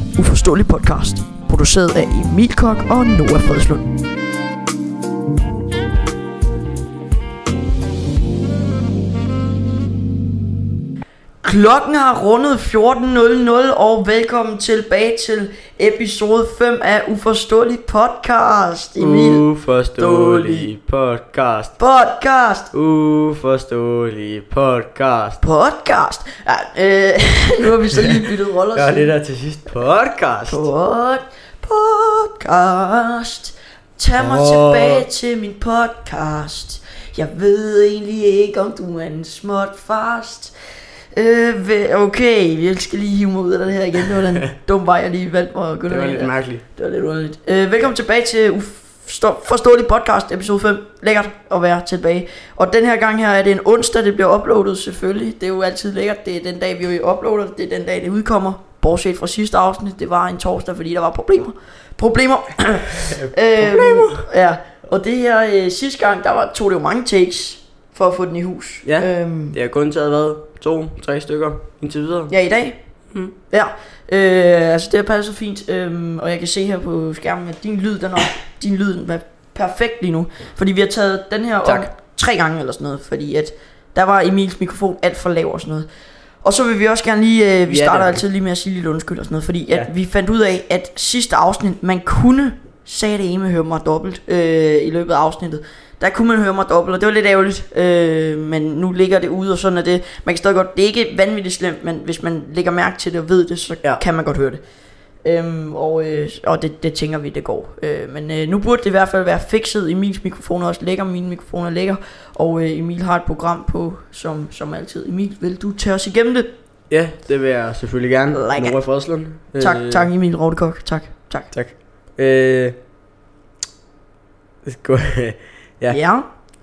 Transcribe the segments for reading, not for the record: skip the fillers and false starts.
Uforståelig podcast, produceret af Emil Kok og Noah Fredslund. Klokken har rundet 14.00, og velkommen tilbage til episode 5 af Uforståelig podcast. Emil. Uforståelig podcast. Uforståelig podcast. Ja, nu har vi så lige byttet roller. Ja, det der til sidst. Podcast. Podcast. Tag mig tilbage til min podcast. Jeg ved egentlig ikke, om du er en småt fast. Okay, jeg skal lige hive mig ud af det her igen. Det var den dumme vej, jeg lige valgte mig at gå ned. Det var lidt mærkeligt. Det var lidt underligt. Velkommen tilbage til Uforståelig podcast, episode 5. Lækkert at være tilbage. Og den her gang her er det en onsdag, det bliver uploadet selvfølgelig. Det er jo altid lækkert. Det er den dag, vi uploader. Det er den dag, det udkommer. Bortset fra sidste afsnit, det var en torsdag, fordi der var problemer. Ja, og det her sidste gang, tog det jo mange takes for at få den i hus. Ja, det har kun taget 2-3 stykker indtil videre. Ja, i dag. Ja, altså det har passet fint. Og jeg kan se her på skærmen, at din lyd er perfekt lige nu. Fordi vi har taget den her om 3 gange eller sådan noget. Fordi at der var Emils mikrofon alt for lav og sådan noget. Og så vil vi også gerne lige, vi starter altid lige med at sige lidt undskyld og sådan noget. Fordi at vi fandt ud af, at sidste afsnit, man kunne høre mig dobbelt i løbet af afsnittet. Der kunne man høre mig dobbelt, og det var lidt ærgerligt, men nu ligger det ude, og sådan er det. Man kan stadig godt, det er ikke vanvittigt slemt, men hvis man lægger mærke til det og ved det, så kan man godt høre det. Og det tænker vi, det går. Men nu burde det i hvert fald være fikset. Emils mikrofon er også lækker, mine mikrofoner er lækker, og Emil har et program på, som altid. Emil, vil du tage os igennem det? Ja, det vil jeg selvfølgelig gerne. Noah Fredslund. Tak Emil Rovdekok, tak. Ja.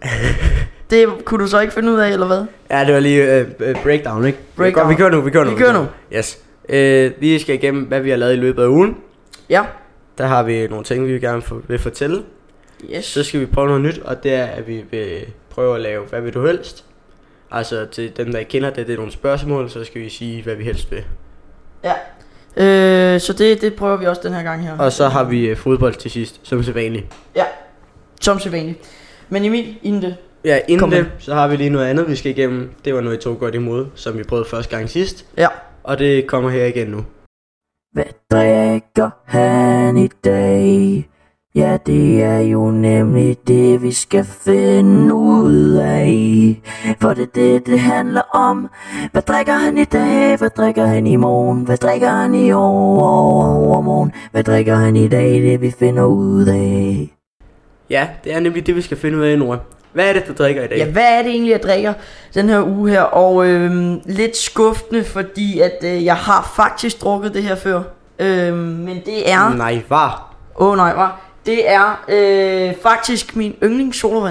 Det kunne du så ikke finde ud af, eller hvad? Ja, det var lige breakdown, ikke? Breakdown. Vi kører nu. Yes. Vi skal igennem, hvad vi har lavet i løbet af ugen. Ja. Der har vi nogle ting, vi gerne vil fortælle. Yes. Så skal vi prøve noget nyt, og det er, at vi vil prøve at lave, hvad vil du helst? Altså til dem, der ikke kender det, det er nogle spørgsmål, så skal vi sige, hvad vi helst vil. Ja. Så det prøver vi også den her gang her. Og så har vi fodbold til sidst, som sædvanligt. Ja, som sædvanligt. Men Emil, inden det. Ja, inden det, så har vi lige noget andet, vi skal igennem. Det var noget, I tog godt imod, som vi prøvede første gang sidst. Ja. Og det kommer her igen nu. Hvad drikker han i dag? Ja, det er jo nemlig det, vi skal finde ud af. For det handler om. Hvad drikker han i dag? Hvad drikker han i morgen? Hvad drikker han i overmorgen? Hvad drikker han i dag? Det vi finder ud af. Ja, det er nemlig det, vi skal finde ud af, Nora. Hvad er det, du drikker i dag? Ja, hvad er det egentlig, jeg drikker den her uge her? Og lidt skuffende, fordi at jeg har faktisk drukket det her før. Men det er... Nej, var. Det er faktisk min yndlingssodavand.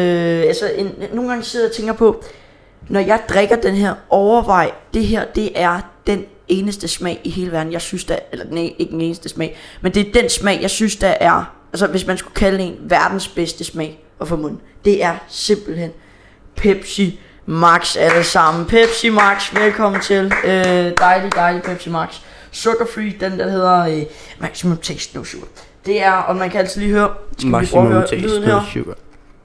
Nogle gange sidder jeg og tænker på, når jeg drikker den her, overvej, det her, det er den eneste smag i hele verden, jeg synes der, eller nej, ikke den eneste smag, men det er den smag, jeg synes der er, altså hvis man skulle kalde en verdens bedste smag at få munden, det er simpelthen Pepsi Max alle sammen. Pepsi Max, velkommen til. Dejlig Pepsi Max. Sukkerfree, den der hedder Maximum Taste No Sugar. Det er, og man kan altid lige høre, Maximum Taste No Sugar.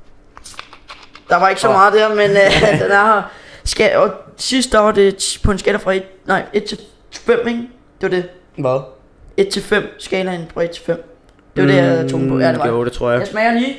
Der var ikke så meget der, men den er her. Og sidst der var det på en skala fra 1 til 5, ikke? Det var det. Hvad? 1 til 5, skalaen fra 1 til 5. Det var det, jeg tog på. Ja, det var jo, det tror jeg. Jeg smager lige.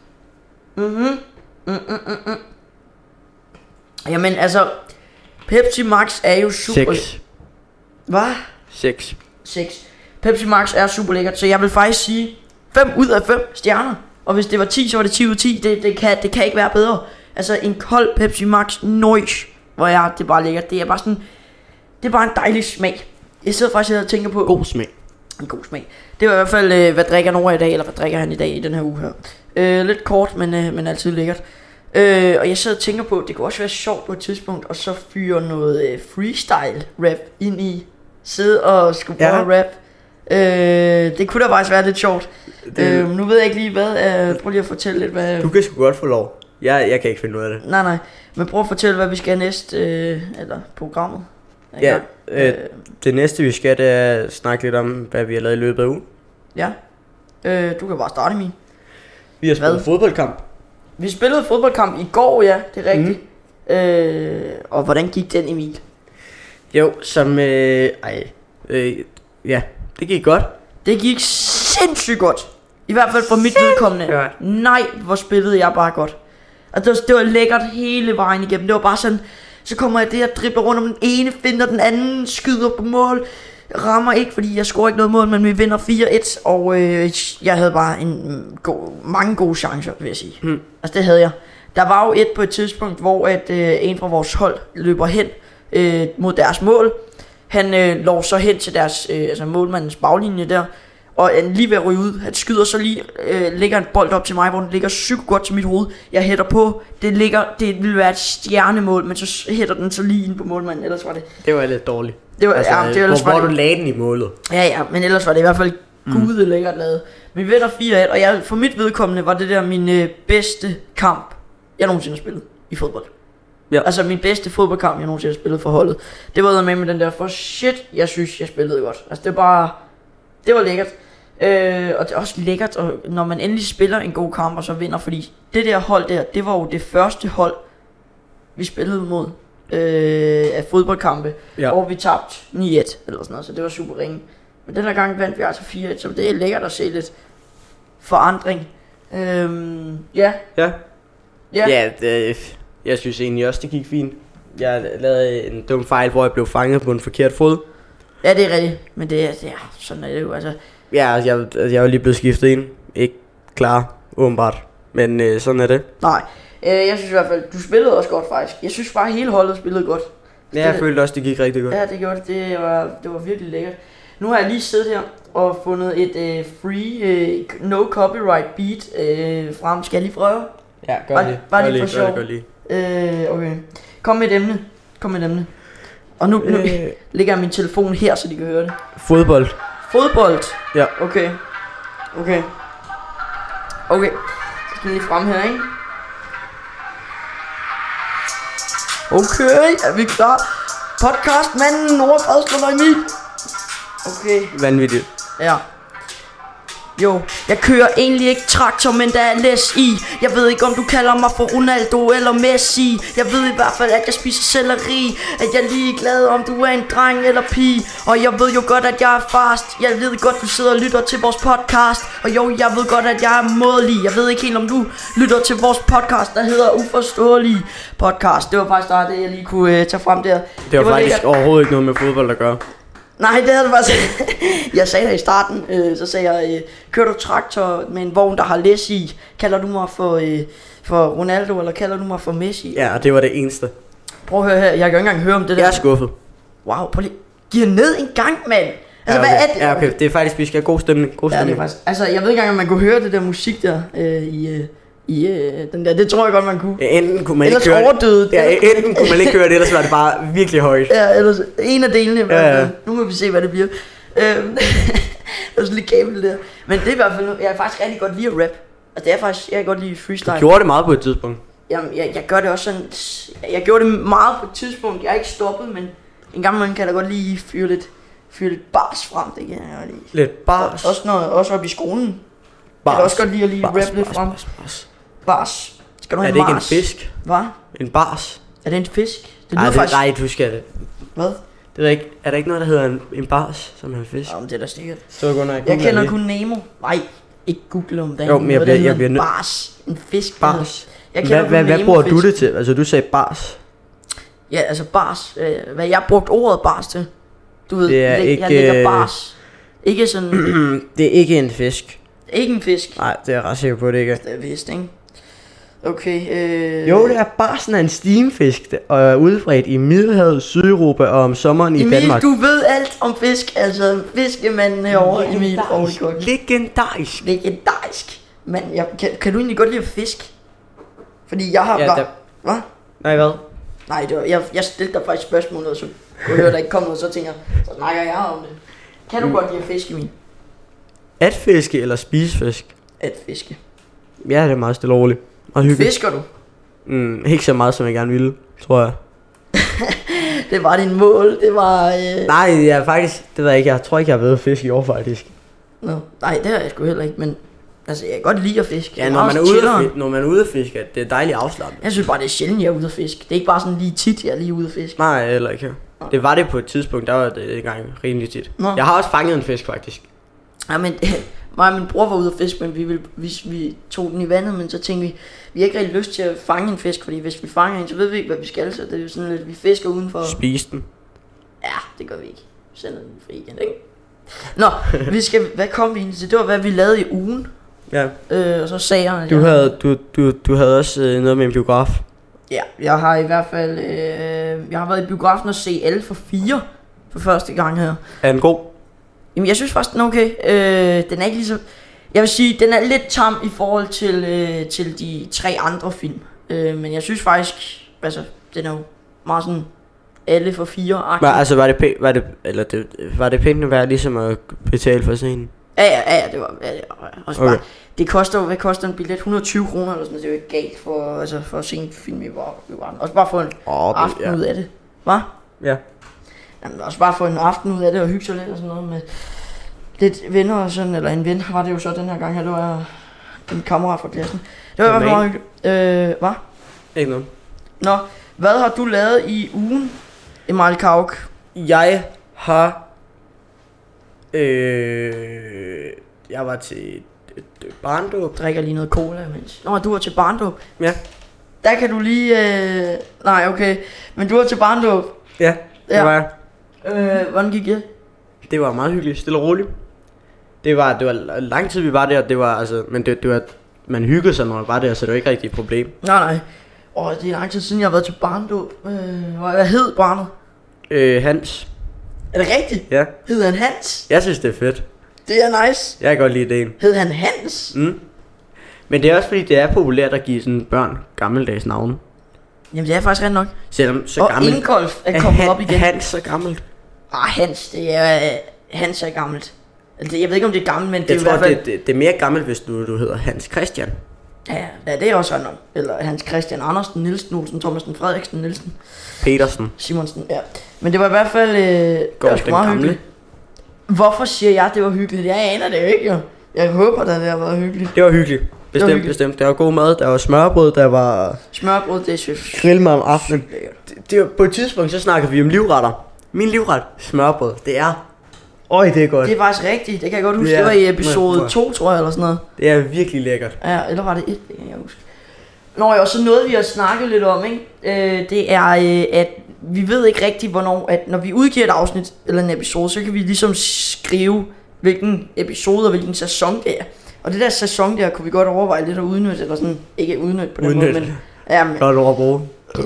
Jamen altså, Pepsi Max er jo super. 6. Hvad? 6. Pepsi Max er super lækkert, så jeg vil faktisk sige 5 ud af 5 stjerner. Og hvis det var 10, så var det 10 ud af 10. Det kan ikke være bedre. Altså en kold Pepsi Max noise, hvor det er bare lækkert. Det er bare sådan, det er bare en dejlig smag. Jeg sidder faktisk og tænker på god smag. En god smag. Det var i hvert fald hvad drikker Nora i dag, eller hvad drikker han i dag i den her uge her. Lidt kort, men altid lækkert. Og jeg sidder og tænker på, det kunne også være sjovt på et tidspunkt, og så fyre noget freestyle rap ind i, sidde og skulle prøve rap. Det kunne da faktisk være lidt sjovt. Nu ved jeg ikke lige hvad. Prøv lige at fortælle lidt hvad. Du kan sgu godt få lov. Jeg kan ikke finde ud af det. Nej, men prøv at fortælle hvad vi skal have næste eller programmet. Ja, det næste vi skal, det er at snakke lidt om, hvad vi har lavet i løbet af ugen. Ja. Du kan bare starte, Emil. Vi har spillet fodboldkamp. Vi spillede fodboldkamp i går, ja, det er rigtigt. Og hvordan gik den, Emil? Jo, som... ja, det gik godt. Det gik sindssygt godt. I hvert fald for mit vedkommende. Ja. Nej, hvor spillede jeg bare godt. Og det var lækkert hele vejen igennem. Det var bare sådan, så kommer jeg der, dribler rundt om den ene, finder den anden, skyder på mål. Rammer ikke, fordi jeg scorer ikke noget mål, men vi vinder 4-1. Og jeg havde bare mange gode chancer, vil jeg sige. Altså det havde jeg. Der var jo på et tidspunkt, hvor en fra vores hold løber hen mod deres mål. Han lå så hen til deres målmandens baglinje der. Og lige ved at ryge ud. Han skyder så lige, lægger en bold op til mig, hvor den ligger sygt godt til mit hoved. Jeg hætter på, det ville være et stjernemål, men så hætter den så lige ind på målmanden. Ellers var det... Det var lidt dårligt. Det var, altså, ja, hvor du lagde den i målet. Ja, men ellers var det i hvert fald gude lækkert lavet. Men vi vinder 4-1, og for mit vedkommende var det der min bedste kamp, jeg nogensinde har spillet i fodbold. Ja. Altså min bedste fodboldkamp, jeg nogensinde har spillet for holdet. Det var med den der, for shit, jeg synes, jeg spillede godt. Altså det var lækkert. Og det er også lækkert, når man endelig spiller en god kamp og så vinder, fordi det der hold der, det var jo det første hold, vi spillede mod af fodboldkampe, og vi tabte 9-1 eller sådan noget, så det var super ringe. Men den her gang vandt vi altså 4-1, så det er lækkert at se lidt forandring. Jeg synes egentlig også, det gik fint. Jeg lavede en dum fejl, hvor jeg blev fanget på en forkert fod. Ja, det er rigtigt, men det er sådan er det jo, altså. Ja, jeg var lige blevet skiftet ind. Ikke klar, åbenbart. Men sådan er det. Nej, jeg synes i hvert fald, du spillede også godt faktisk. Jeg synes bare, hele holdet spillede godt. Ja, jeg følte også, det gik rigtig godt. Ja, det gjorde det. Det var virkelig lækkert. Nu har jeg lige siddet her og fundet et free, no copyright beat frem. Skal jeg lige prøve? Ja, gør det. Bare lige for sjov. Okay. Kom med et emne. Og nu lægger jeg min telefon her, så de kan høre det. Fodbold. Ja. Okay. Så skal jeg lige frem her, ikke? Okay, er vi klar? Podcast, manden, Nordfredslund og Emil. Okay. Vanvittigt. Ja. Jo, jeg kører egentlig ikke traktor, men der er læs i. Jeg ved ikke om du kalder mig for Ronaldo eller Messi. Jeg ved i hvert fald at jeg spiser selleri. At jeg er ligeglad om du er en dreng eller pige. Og jeg ved jo godt at jeg er fast. Jeg ved godt du sidder og lytter til vores podcast. Og jo, jeg ved godt at jeg er mådelig. Jeg ved ikke helt om du lytter til vores podcast, der hedder Uforståelig Podcast. Det var faktisk det jeg lige kunne tage frem der. Det var faktisk overhovedet ikke noget med fodbold at gøre. Nej, det havde det faktisk. Jeg sagde det i starten, så sagde jeg, kører du traktor med en vogn, der har læs i? Kalder du mig for Ronaldo, eller kalder du mig for Messi? Ja, det var det eneste. Prøv at høre her, jeg kan ikke engang høre om det der. Jeg er skuffet. Wow, prøv lige. Giv ned en gang, mand. Altså, ja, okay. Hvad er det? Ja, okay, det er faktisk, vi skal have god stemning. Ja, det er faktisk. Altså, jeg ved ikke engang, om man kunne høre det der musik der i den der. Det tror jeg godt, man kunne. Ja, enten kunne man ellers ikke høre overdøde. Ja, enten kunne man ikke høre det, ellers var det bare virkelig højt. Ja, ellers en af delene i hvert fald. Ja. Nu må vi se, hvad det bliver. Det er sådan lidt kabel der. Men det er i hvert fald, jeg er faktisk rigtig godt lide at rap. Altså det er faktisk, jeg kan godt lide freestyle. Du gjorde det meget på et tidspunkt. Jamen, jeg gør det også sådan. Jeg gjorde det meget på et tidspunkt. Jeg er ikke stoppet, men en gang man kan da godt lige fyre lidt bars frem. Det kan jeg godt lide. Lidt bars? Også op i skolen. Bars. Jeg kan også godt lide at lige rap lidt frem. Bars. Skal du have er det ikke en fisk? Hvad? En bars? Er det en fisk? Det lyder faktisk... Nej, du skal det. Hvad? Det er ikke. Er der ikke noget der hedder en bars, som er en fisk? Jamen det er da sikkert. Jeg kender kun Nemo. Nej, ikke Google om det. Jo, men jeg bliver bars. En fisk. Bars. Hvad bruger du det til? Altså du sagde bars. Ja, altså bars. Hvad jeg brugt ordet bars til. Du ved, det er ikke, jeg lægger bars. Ikke sådan. Det er ikke en fisk. Ikke en fisk. Nej, det er jeg ret sikker på, det ikke er. Det er vist, ikke? Okay, Jo, det er barsen af en steamfisk, og er udbredt i Middelhavet, Sydeuropa og om sommeren i Danmark. Du ved alt om fisk, altså fiskemanden herovre, Emil. Legendarisk. Men kan du egentlig godt lide fisk? Fordi jeg har bare... Hvad? Nej, hvad? Nej, det var, jeg stillede dig faktisk spørgsmålet, og så kunne jeg høre, der ikke kom noget, så tænker jeg, så snakker jeg om det. Kan du godt lide fisk, Emil? At fiske eller spise fisk? At fiske. Ja, det er meget stille og roligt. Og hyggeligt. Fisker du? Ikke så meget, som jeg gerne ville, tror jeg. Det var din mål, det var... Nej, jeg faktisk, det ved jeg ikke, jeg tror ikke, jeg har været fisk i år faktisk. Nej, det har jeg sgu heller ikke, men altså, jeg kan godt lide at fiske. Ja, når man er ude at fiske, det er dejligt afslappet. Jeg synes bare, det er sjældent, jeg er ude at fiske. Det er ikke bare sådan lige tit, jeg er lige ude at fiske. Nej, heller ikke. Det var det på et tidspunkt, der var det engang rimelig tit. Nå. Jeg har også fanget en fisk faktisk. Ja, men mig og min bror var ude at fiske, men vi tog den i vandet, men så tænkte vi har ikke rigtig lyst til at fange en fisk, fordi hvis vi fanger en, så ved vi ikke, hvad vi skal, så det er jo sådan lidt, vi fisker udenfor. Spise den. Ja, det gør vi ikke. Vi sender den fri igen, ikke? Nå, hvad kom vi ind til? Det var, hvad vi lavede i ugen. Ja. Og så sagde jeg... Du havde også noget med en biograf. Ja, jeg har i hvert fald... jeg har været i biografen og se Alle for 4 for første gang her. Er den god? Jamen, jeg synes faktisk, den er okay. Den er ikke lige så... Jeg vil sige, den er lidt tam i forhold til de 3 andre film. Men jeg synes faktisk... Altså, den er jo meget sådan... Alle for 4-agtig. Altså, var det pænt at være ligesom at betale for scenen? Ja, det var også okay. Bare, det koster jo, hvad koster en billet? 120 kroner eller sådan noget. Det er jo ikke galt for at se en film i biografen. Også bare få en aften ud af det. Hvad? Ja. Jamen, også bare få en aften ud af det og hygge sig lidt og sådan noget med lidt venner og sådan, eller en ven var det jo så den her gang her, det var en kammerat fra klassen. Det var i hvert fald meget hyggeligt. Hvad? Ikke noget. Nå, hvad har du lavet i ugen, Emil Kauk? Jeg har jeg var til barndåb. Drikker lige noget cola imens. Nå, du var til barndåb. Ja. Der kan du lige nej, okay. Men du var til barndåb. Ja, det var jeg. Hvordan gik det? Det var meget hyggeligt, stille og roligt. Det var lang tid vi var der, det var altså, men det var man hyggede sig når man var der, så det var ikke rigtig et problem. Nej. Det er lang tid siden jeg har været til barndåb. Hvad hed barnet? Hans. Er det rigtigt? Ja. Hed han Hans? Jeg synes det er fedt. Det er nice. Jeg kan godt lide det. Hed han Hans? Mm. Men det er også fordi det er populært at give sådan børn gammeldags navne. Jamen det er faktisk rent nok. Selvom så gammelt. Og Ingolf er kommet op igen. Hans så gammelt. Hans, det er Hans er gammelt. Jeg ved ikke om det er gammelt, men det er i hvert fald... det er mere gammelt hvis du hedder Hans Christian. Ja, det er også sådan noget. Eller Hans Christian Andersen, Nielsen, Olsen, Thomasen, Frederiksen, Nielsen, Petersen, Simonsen, ja. Men det var i hvert fald det var meget hyggeligt. Hvorfor siger jeg, det var hyggeligt? Jeg aner det jo ikke, jo. Jeg håber, at det har været hyggeligt. Det var hyggeligt. Bestemt. Der var god mad, der var smørbrød, der var... Smørbrød, det er sødt. Grillmad om aftenen. Det var, på et tidspunkt, så snakkede vi om livretter. Min livret, smørbrød, det er... det er godt. Det er faktisk rigtigt, det kan jeg godt huske. Det var i episode 2, tror jeg, eller sådan noget. Det er virkelig lækkert. Ja, eller var det 1, det kan jeg huske. Nå, og så noget vi har snakket lidt om, ikke? Det er, at vi ved ikke rigtigt, hvornår, at når vi udgiver et afsnit eller en episode, så kan vi ligesom skrive, hvilken episode og hvilken sæson det er. Og det der sæson der, kunne vi godt overveje lidt at udnytte, eller sådan, ikke udnytte på den måde, men... Ja, men... Godt overbruge.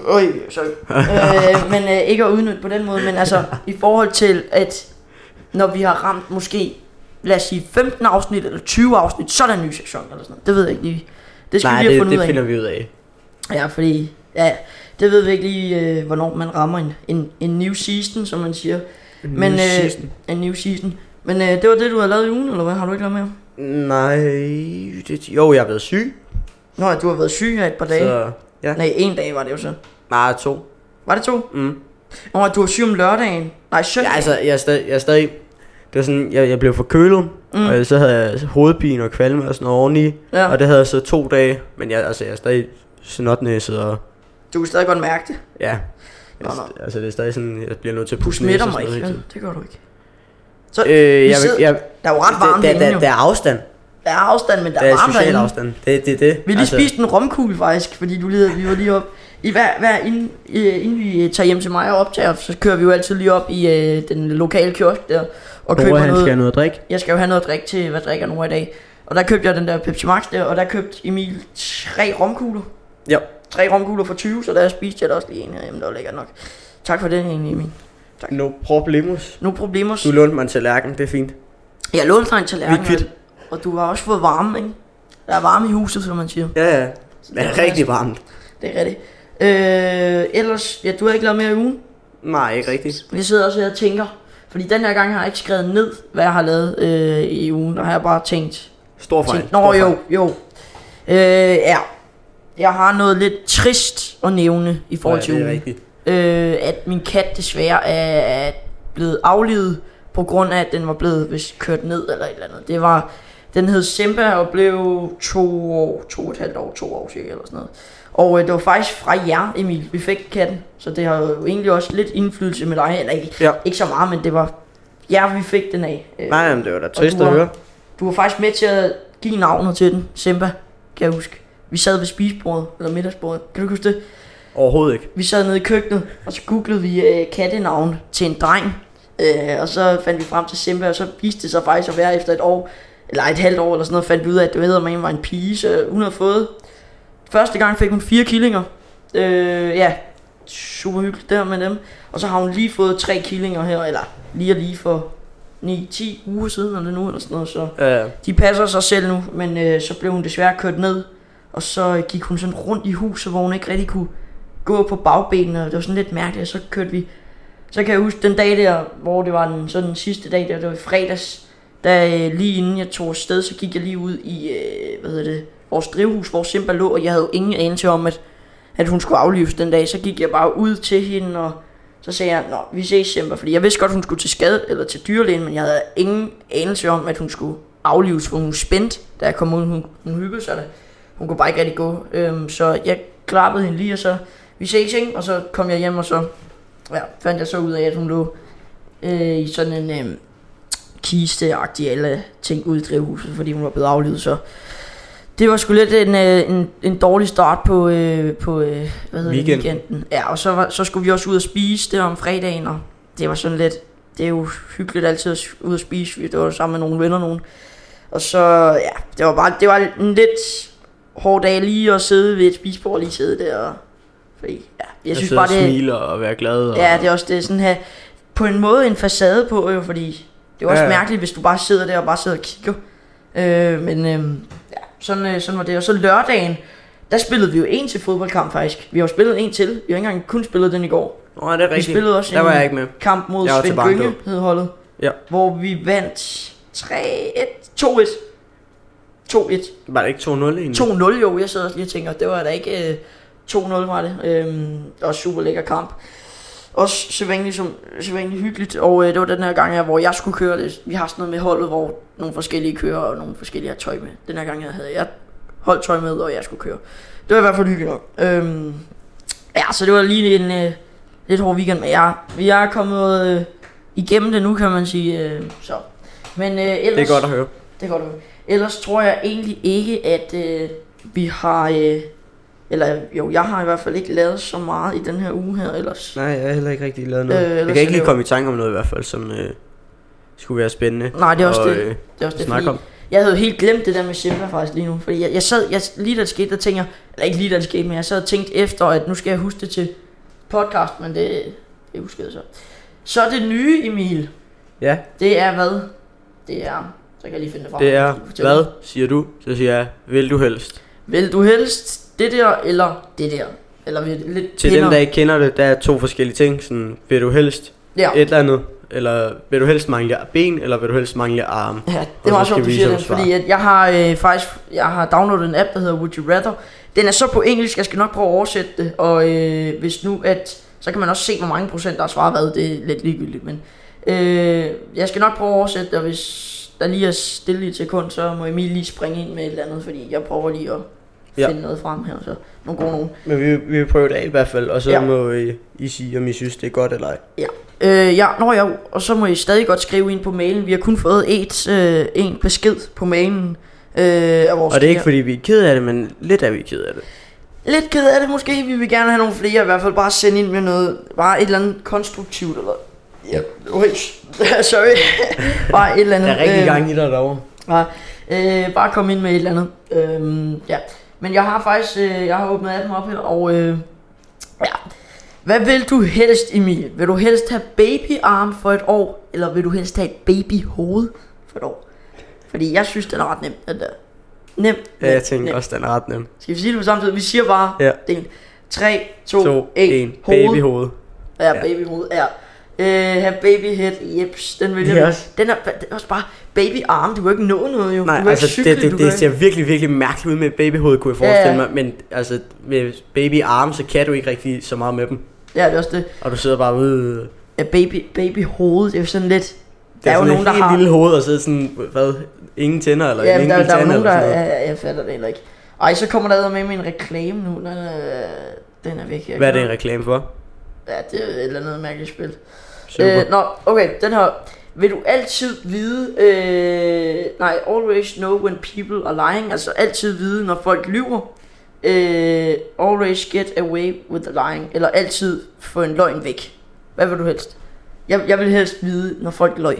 Men ikke at udnytte på den måde, men altså, i forhold til, at når vi har ramt måske, lad os sige 15 afsnit eller 20 afsnit, så er der en ny sæson eller sådan noget. Det ved jeg ikke lige. Det skal vi lige have fundet ud af. Det finder vi ud af. Ja, fordi, det ved vi ikke lige, hvornår man rammer en new season, som man siger. En new season. Men det var det, du har lavet i ugen, eller hvad? Har du ikke lavet mere? Nej, jo, jeg har været syg. Nå, du har været syg her et par dage. Så, ja. Nej, 1 dag var det jo så. Nej, 2. Var det 2? Mm. Nå, du var syg om lørdagen. Nej, søndag. Ja, altså, jeg er stadig... Det var sådan, jeg blev forkølet, og så havde jeg hovedpine og kvalme og sådan noget oveni. Ja. Og det havde jeg så 2 dage, men jeg er stadig snotnæset og... Du kan stadig godt mærke det? Ja. Altså, det er stadig sådan, jeg bliver nødt til at pusse næse og sådan noget. Du smitter mig ikke, det gør du ikke. Så, der er jo ret varmt herinde jo. Der er afstand. Der er afstand, men der er varmt social afstand. Det. Vi lige spiste en romkugle faktisk, fordi vi var lige op. Inden vi tager hjem til mig og optager, så kører vi jo altid lige op i den lokale kiosk der og køber noget. Skal have noget at drikke. Jeg skal jo have noget at drikke til, hvad drikker Nora i dag. Og der købte jeg den der Pepsi Max der, og der købte Emil 3 romkugler. Ja. 3 romkugler for 20, så der spiste jeg da også lige en herhjemme, der var lækkert nok. Tak for det egentlig, Emil. Tak. No problemos. No problemos. Du lånte mig en tallerken, det er fint. Jeg lånte dig en tallerken, og du har også fået varme, ikke? Der er varme i huset, som man siger. Ja. Det er rigtig varmt. Det er rigtigt. Ellers, du har ikke lavet mere i ugen? Nej, ikke rigtigt. Jeg sidder også her og tænker, fordi den her gang har jeg ikke skrevet ned, hvad jeg har lavet i ugen. Der har jeg bare tænkt. Stor fejl. Jo. Jeg har noget lidt trist at nævne i forhold til ugen. Det er rigtigt. at min kat desværre er blevet aflivet på grund af, at den var blevet kørt ned eller et eller andet. Den hed Simba og blev 2,5 år cirka eller sådan noget. Og det var faktisk fra jer, Emil, vi fik katten. Så det har jo egentlig også lidt indflydelse med dig, eller ikke så meget, men det var jer, vi fik den af. Nej, men det var da trist at høre. Du var faktisk med til at give navnet til den, Simba, kan jeg huske. Vi sad ved spisebordet, eller middagsbordet, kan du huske det? Overhovedet ikke. Vi sad nede i køkkenet, og så googlede vi kattenavn til en dreng. Og så fandt vi frem til Simba, og så viste det sig faktisk at være efter et år, eller et halvt år eller sådan noget, fandt vi ud af, at det var en pige, så hun havde fået. Første gang fik hun 4 killinger. Super hyggeligt der med dem. Og så har hun lige fået 3 killinger her, eller lige for 9-10 uger siden, eller nu, eller sådan noget. Så de passer sig selv nu, men så blev hun desværre kørt ned. Og så gik hun sådan rundt i huset, hvor hun ikke rigtig kunne gå på bagbenene, og det var sådan lidt mærkeligt, og så kørte vi. Så kan jeg huske den dag der, hvor det var den sidste dag der, det var i fredags, da lige inden jeg tog afsted, så gik jeg lige ud i, vores drivhus, hvor Simba lå, og jeg havde jo ingen anelse om, at hun skulle aflives den dag. Så gik jeg bare ud til hende, og så sagde jeg, nå, vi ses Simba, fordi jeg vidste godt, hun skulle til skade, eller til dyrlægen, men jeg havde ingen anelse om, at hun skulle aflives, for hun var spændt, da jeg kom ud, hun hyggede sig da. Hun kunne bare ikke rigtig gå, så jeg klappede hende lige, og så vi ses, ikke? Og så kom jeg hjem, og så fandt jeg så ud af, at hun lå i sådan en kisteagtig alle ting ude i drivhuset, fordi hun var blevet aflivet, så det var sgu lidt en dårlig start på weekenden. Ja, og så skulle vi også ud og spise det om fredagen, og det var sådan lidt, det er jo hyggeligt altid at ud og spise, det var sammen med nogle venner, og så det var en lidt hård dag lige at sidde ved et spisebord, lige sidde der, og fordi jeg synes bare det smiler og være glad og ja, det er også det sådan her på en måde en facade på jo, fordi det er også mærkeligt, hvis du bare sidder der og bare sidder og kigger. Sådan var det. Og så lørdagen, der spillede vi jo en til fodboldkamp faktisk. Vi har jo spillet en til. Vi har ikke engang kun spillet den i går. Nå, det er rigtigt. Vi spillede også der var jeg ikke med. Kamp mod Svend Gynge, hed holdet. Ja. Hvor vi vandt 2-1. Var det ikke 2-0 egentlig? 2-0 jo, jeg sidder også lige og tænker, det var da ikke 2-0 var det. Også super lækker kamp. Også sædvanligt hyggeligt. Og det var den her gang her, hvor jeg skulle køre det. Vi har sådan noget med holdet, hvor nogle forskellige kører og nogle forskellige har tøj med. Den her gang havde jeg holdtøj med, og jeg skulle køre. Det var i hvert fald hyggeligt nok. Så det var lige en lidt hård weekend. Men vi er kommet igennem det nu, kan man sige. Så. Men ellers, det er godt at høre. Det er godt at høre. Ellers tror jeg egentlig ikke, at vi har... Eller jo, jeg har i hvert fald ikke lavet så meget i den her uge her ellers. Nej, jeg har heller ikke rigtig lavet noget. Jeg kan ikke lige komme i tanke om noget i hvert fald, som skulle være spændende. Nej, det er også det. Det er også det, fordi jeg havde helt glemt det der med Simba faktisk lige nu. Fordi jeg lige da det skete, der tænker eller ikke lige da det skete, men jeg sad og tænkte efter, at nu skal jeg huske det til podcast, men det husker jeg så. Så det nye, Emil. Ja. Det er hvad? Det er, så kan jeg lige finde det frem. Det er, hvad siger du? Så siger jeg, vil du helst? Vil du helst det der, eller det der? Eller lidt til dem, der ikke kender det, der er 2 forskellige ting. Sådan, vil du helst et eller andet? Eller vil du helst mangle ben, eller vil du helst mangle arme? Ja, det var sjovt, du siger det, fordi at jeg har jeg har downloadet en app, der hedder Would You Rather. Den er så på engelsk, jeg skal nok prøve at oversætte det. Og hvis nu, så kan man også se, hvor mange procent der har svaret hvad, det er lidt ligegyldigt. Men jeg skal nok prøve at oversætte det, og hvis der lige er stille i et sekund, så må Emil lige springe ind med et eller andet, fordi jeg prøver lige at finde noget frem her, så nogle gode nogen. Men vi vil prøve det af i hvert fald, og så må I sige, om I synes, det er godt eller ej. Ja. Og så må I stadig godt skrive ind på mailen. Vi har kun fået en besked på mailen af vores. Og det er ikke fordi vi er ked af det, men lidt er vi ked af det. Lidt ked af det måske. Vi vil gerne have nogle flere, i hvert fald bare sende ind med noget, bare et eller andet konstruktivt eller. Ja, sorry. Bare et eller andet. Der er rigtig gang i dig derovre. Bare kom ind med et eller andet. Men jeg har faktisk jeg har åbnet appen op her, og hvad vil du helst, Emil? Vil du helst have babyarm for et år, eller vil du helst have et babyhoved for et år? Fordi jeg synes, den er ret nem, den der. Nem. Ja, jeg tænker også, den er ret nem. Skal vi sige det på samme tid? Vi siger bare 3, 2, 1, babyhoved. Ja, babyhoved, have babyhead, jeps, den vil jeg også. Den er også bare babyarm, du kan ikke nå noget jo. Nej, altså det ser virkelig, virkelig mærkeligt ud med et babyhoved, kunne jeg forestille mig. Men altså med babyarm, så kan du ikke rigtig så meget med dem. Ja, det er også det. Og du sidder bare ude. Ja, baby hoved, det er jo sådan lidt. Der er jo nogen, der har et lille hoved og sidder sådan, hvad, ingen tænder eller ja, ingen der er nogen, der, jeg fatter det heller ikke. Ej, så kommer der med en reklame nu, den er væk. Hvad er det en reklame for? Ja, det er et eller andet mærkeligt spil. Okay, den her. Vil du altid vide, always know when people are lying, altså altid vide, når folk lyver. Always get away with the lying, eller altid få en løgn væk. Hvad vil du helst? Jeg vil helst vide, når folk løg.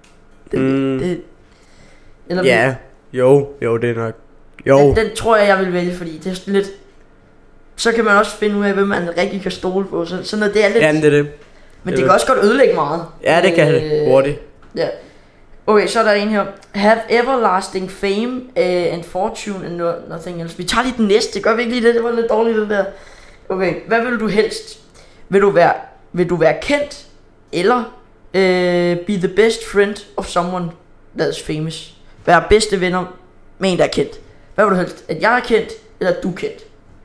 Eller ja, jo, det er nok. Jo. Den tror jeg vil vælge, fordi det er sådan lidt. Så kan man også finde ud af, hvem man rigtig kan stole på. Så når det er lidt. Ja, det er det. Men det kan også godt ødelægge meget. Ja, det kan det hurtigt. Ja. Okay, så er der en her. Have everlasting fame and fortune and nothing else. Vi tager lige den næste. Gør vi ikke lige det? Det var lidt dårligt det der. Okay, hvad vil du helst? Vil du være kendt eller be the best friend of someone that's famous? Være bedste venner med en der er kendt. Hvad vil du helst? At jeg er kendt eller at du er kendt?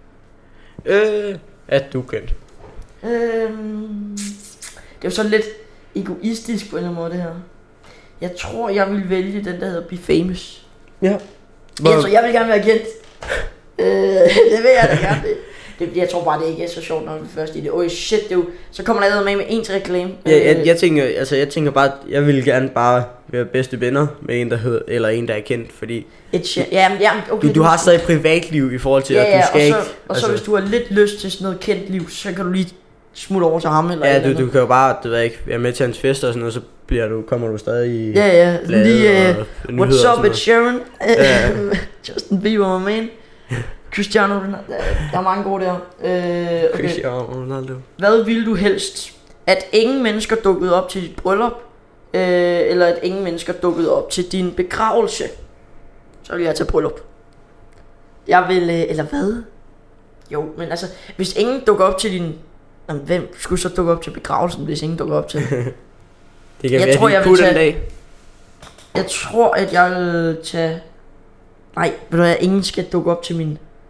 At du er kendt. Det er jo så lidt egoistisk på en eller anden måde det her. Jeg tror jeg vil vælge den der hedder Be Famous. Ja. Jeg vil gerne være kendt. Det vil jeg da gerne. Jeg tror bare det ikke er så sjovt nok det første i det. Shit, det er jo. Så kommer der med en til reklame. Ja, jeg tænker bare, jeg vil gerne bare være bedste venner med en der hedder eller en der er kendt, fordi okay, du har stadig privatliv i forhold til at du skal ikke. Og så hvis du har lidt lyst til sådan noget kendt liv, så kan du lige smutte over til ham eller. Ja, du kan jo bare, det ved jeg ikke, være med til hans fest og sådan noget, så kommer du stadig i. Ja, lige what's up with Sharon? Justin Bieber, man. Cristiano Ronaldo. Der er mange gode der. Okay. Cristiano Ronaldo. Hvad vil du helst? At ingen mennesker dukkede op til dit bryllup, eller at ingen mennesker dukkede op til din begravelse? Så vil jeg tage bryllup. Jeg vil, eller hvad? Jo, men altså, hvis ingen dukker op til din. Jamen, hvem skulle så dukke op til begravelsen, hvis ingen dukker op til? Det kan jeg vil tage. Dag. Jeg tror, at jeg vil tage. Nej, ved du hvad, ingen skal dukke op til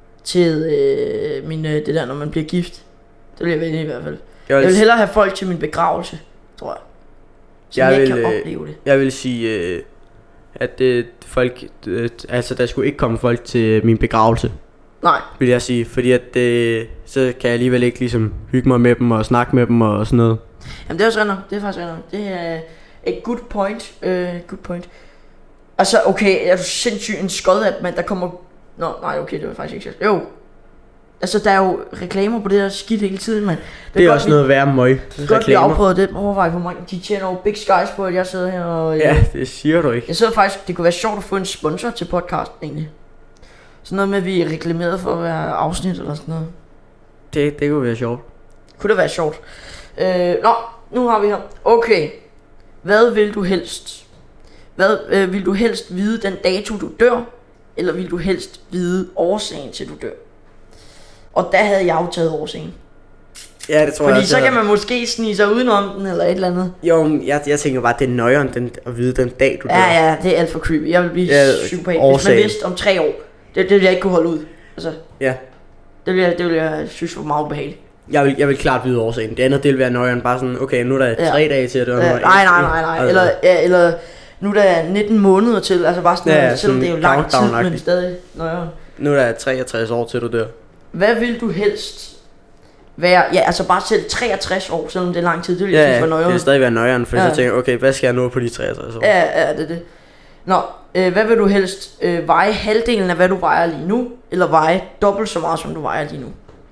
det der, når man bliver gift. Det vil jeg vælge i hvert fald. Jeg vil hellere have folk til min begravelse, tror jeg. Så jeg kan opleve det. Jeg vil sige, at folk, altså der skulle ikke komme folk til min begravelse. Nej. Vil jeg sige, fordi at så kan jeg alligevel ikke ligesom hygge mig med dem og snakke med dem og sådan noget. Jamen det er også rent. Det er faktisk rent. Det er et good point. Good point. Altså okay, er du sindssygt en skod mand, der kommer. Nå, nej, okay, det var faktisk ikke så. Jo. Altså der er jo reklamer på det der skidt hele tiden, mand. Det er også noget værre møg. Godt vi afprøvet det. Overvej hvor mange de tjener jo big skies på at jeg sidder her og. Ja, det siger du ikke. Jeg sidder faktisk, det kunne være sjovt at få en sponsor til podcasten egentlig. Sådan noget med at vi er reklameret for at være afsnit eller sådan noget. Det kunne være sjovt. Kunne det være sjovt. Nu har vi her. Okay. Hvad vil du helst? Vil du helst vide den dato du dør? Eller vil du helst vide årsagen til du dør? Og der havde jeg jo taget årsagen. Ja, det tror jeg. Fordi så kan man måske snige sig udenom den eller et eller andet. Jo, jeg tænker bare, det er nøjeren at vide den dag du dør. Ja, det er alt for creepy. Jeg vil blive psykopat, hvis man vidste om 3 år. Det vil jeg ikke kunne holde ud. Altså, ja. Det vil jeg synes var meget ubehageligt. Jeg vil klart vide årsagen. Det andet det vil være nøjeren bare sådan, okay, nu er der 3 dage til at dø. Nej. Altså. Eller nu er der 19 måneder til. Altså bare sådan noget, selvom det er jo lang tid, men stadig nøjeren. Nu er der 63 år til du dør. Hvad vil du helst være? Ja, altså bare selv 63 år, selvom det er lang tid. Det vil jeg synes var nøjeren. Det vil stadig være nøjeren, for så tænker jeg, okay, hvad skal jeg nå på de 63 år? Ja, det er det. Nå, hvad vil du helst? Veje halvdelen af hvad du vejer lige nu, eller veje dobbelt så meget som du vejer lige nu?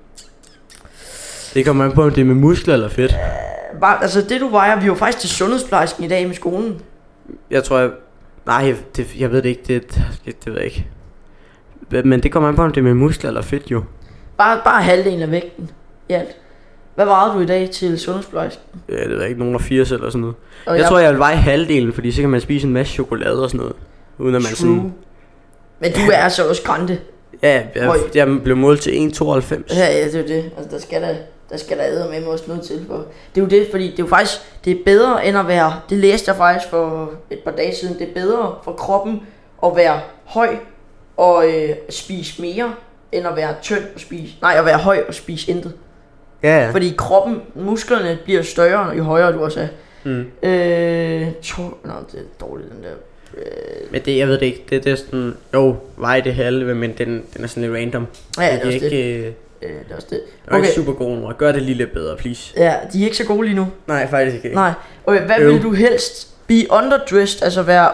Det kommer an på om det er med muskler eller fedt. Altså det du vejer, vi er jo faktisk til sundhedsplejersken i dag med skolen. Jeg tror jeg ved det ikke, det ved jeg ikke. Men det kommer an på om det er med muskler eller fedt jo. Bare halvdelen af vægten. Ja. Hvad vejede du i dag til sundhedsplejersken? Ja, det ved jeg ikke, nogen af 80 eller sådan noget. Jeg tror jeg vil veje halvdelen, fordi så kan man spise en masse chokolade og sådan noget. Uden at man sådan. Men du er altså også grænte. Ja, jeg blev målt til 1,92. Ja, det er det. Altså der skal der eddermame også noget til for. Det er jo det, fordi det er jo faktisk det er bedre end at være. Det læste jeg faktisk for et par dage siden. Det er bedre for kroppen at være høj og spise mere end at være tynd og spise. Nej, at være høj og spise intet. Ja. Fordi kroppen, musklerne bliver større, jo højere du også er. Mm. Det er dårligt den der. Men det, jeg ved det ikke, det er sådan, jo, vej det halve, men den er sådan lidt random. Ja, det er også ikke, det. Det er også det. Okay. Ikke super god nu, gør det lige lidt bedre, please. Ja, de er ikke så gode lige nu. Nej, faktisk ikke. Nej. Okay, hvad vil du helst? Be underdressed, altså være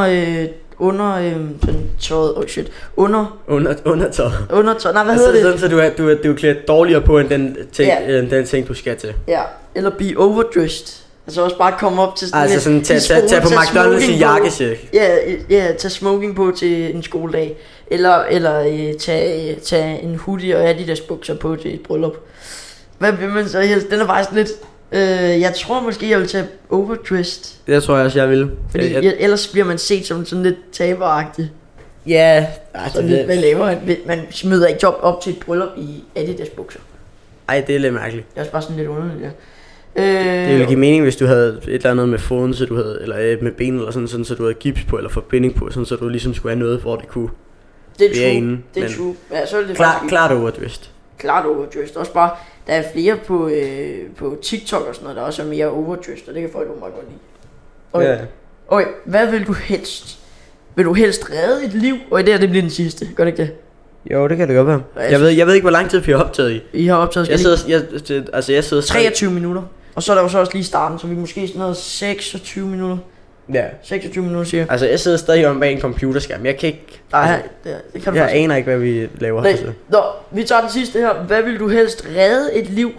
undertøj. Nej, hvad hedder det? Sådan, så du er klædt dårligere på end den ting du skal til. Ja, eller be overdressed. Altså også bare komme op til sådan altså sådan tage på McDonald's i jakkesæk. Ja, tage smoking på til en skoledag. Eller tage en hoodie og Adidas bukser på til et bryllup. Hvad vil man så helst? Den er faktisk lidt... jeg tror måske jeg vil tage overdressed. Det tror jeg også jeg vil. Fordi ellers bliver man set som sådan lidt taberagtig. Ja, altså hvad laver man smider ikke job op til et bryllup i Adidas bukser. Ej, det er lidt mærkeligt. Det er også bare sådan lidt underligt, ja. Det ville give mening, hvis du havde et eller andet med foden, så du havde, eller med benet eller sådan, så du havde gips på eller forbinding på, sådan, så du ligesom skulle have noget, hvor det kunne være inde. Det er true. Ja, så er det klart overdressed. Klart overdressed. Også bare, der er flere på TikTok og sådan noget, der også er mere overdressed, og det kan folk jo meget godt lide. Okay, hvad vil du helst? Vil du helst redde et liv? Og det bliver den sidste, gør det ikke det? Jo, det kan det godt være. Jeg ved ikke, hvor lang tid vi har optaget i. I har optaget jeg sidder 23 minutter. Og så er der jo så også lige starten, så vi måske sådan noget 26 minutter. Ja. 26 minutter siger. Altså jeg sidder stadig om bag en computerskærm. Jeg kan ikke. Nej, det kan du jeg aner ikke, hvad vi laver. Nej. Nå, vi tager det sidste her. Hvad vil du helst redde et liv?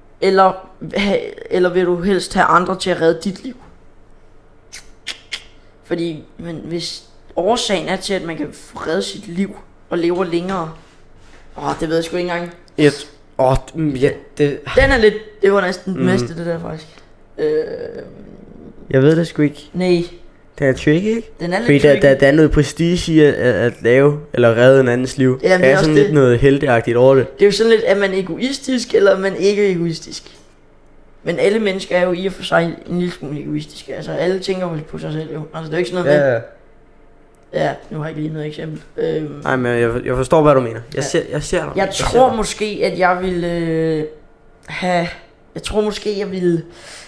Eller vil du helst have andre til at redde dit liv? Fordi hvis årsagen er til, at man kan redde sit liv og lever længere. Det ved jeg sgu ikke engang. Den er lidt. Det var næsten det meste det der faktisk. Jeg ved det sgu ikke. Nej. Det er tricky, ikke? Den er lidt fordi tricky. der er noget prestige i at lave eller redde en andens liv. Ja, det er sådan lidt noget helteagtigt over det. Det er jo sådan lidt, er man egoistisk eller er man ikke egoistisk? Men alle mennesker er jo i og for sig en lille smule egoistiske. Altså alle tænker jo på sig selv jo. Altså det er jo ikke sådan noget med. Ja, nu har jeg ikke lige noget eksempel. Nej, men jeg forstår hvad du mener. Jeg ser dig. Jeg tror måske at jeg vil have. Jeg tror måske jeg vil.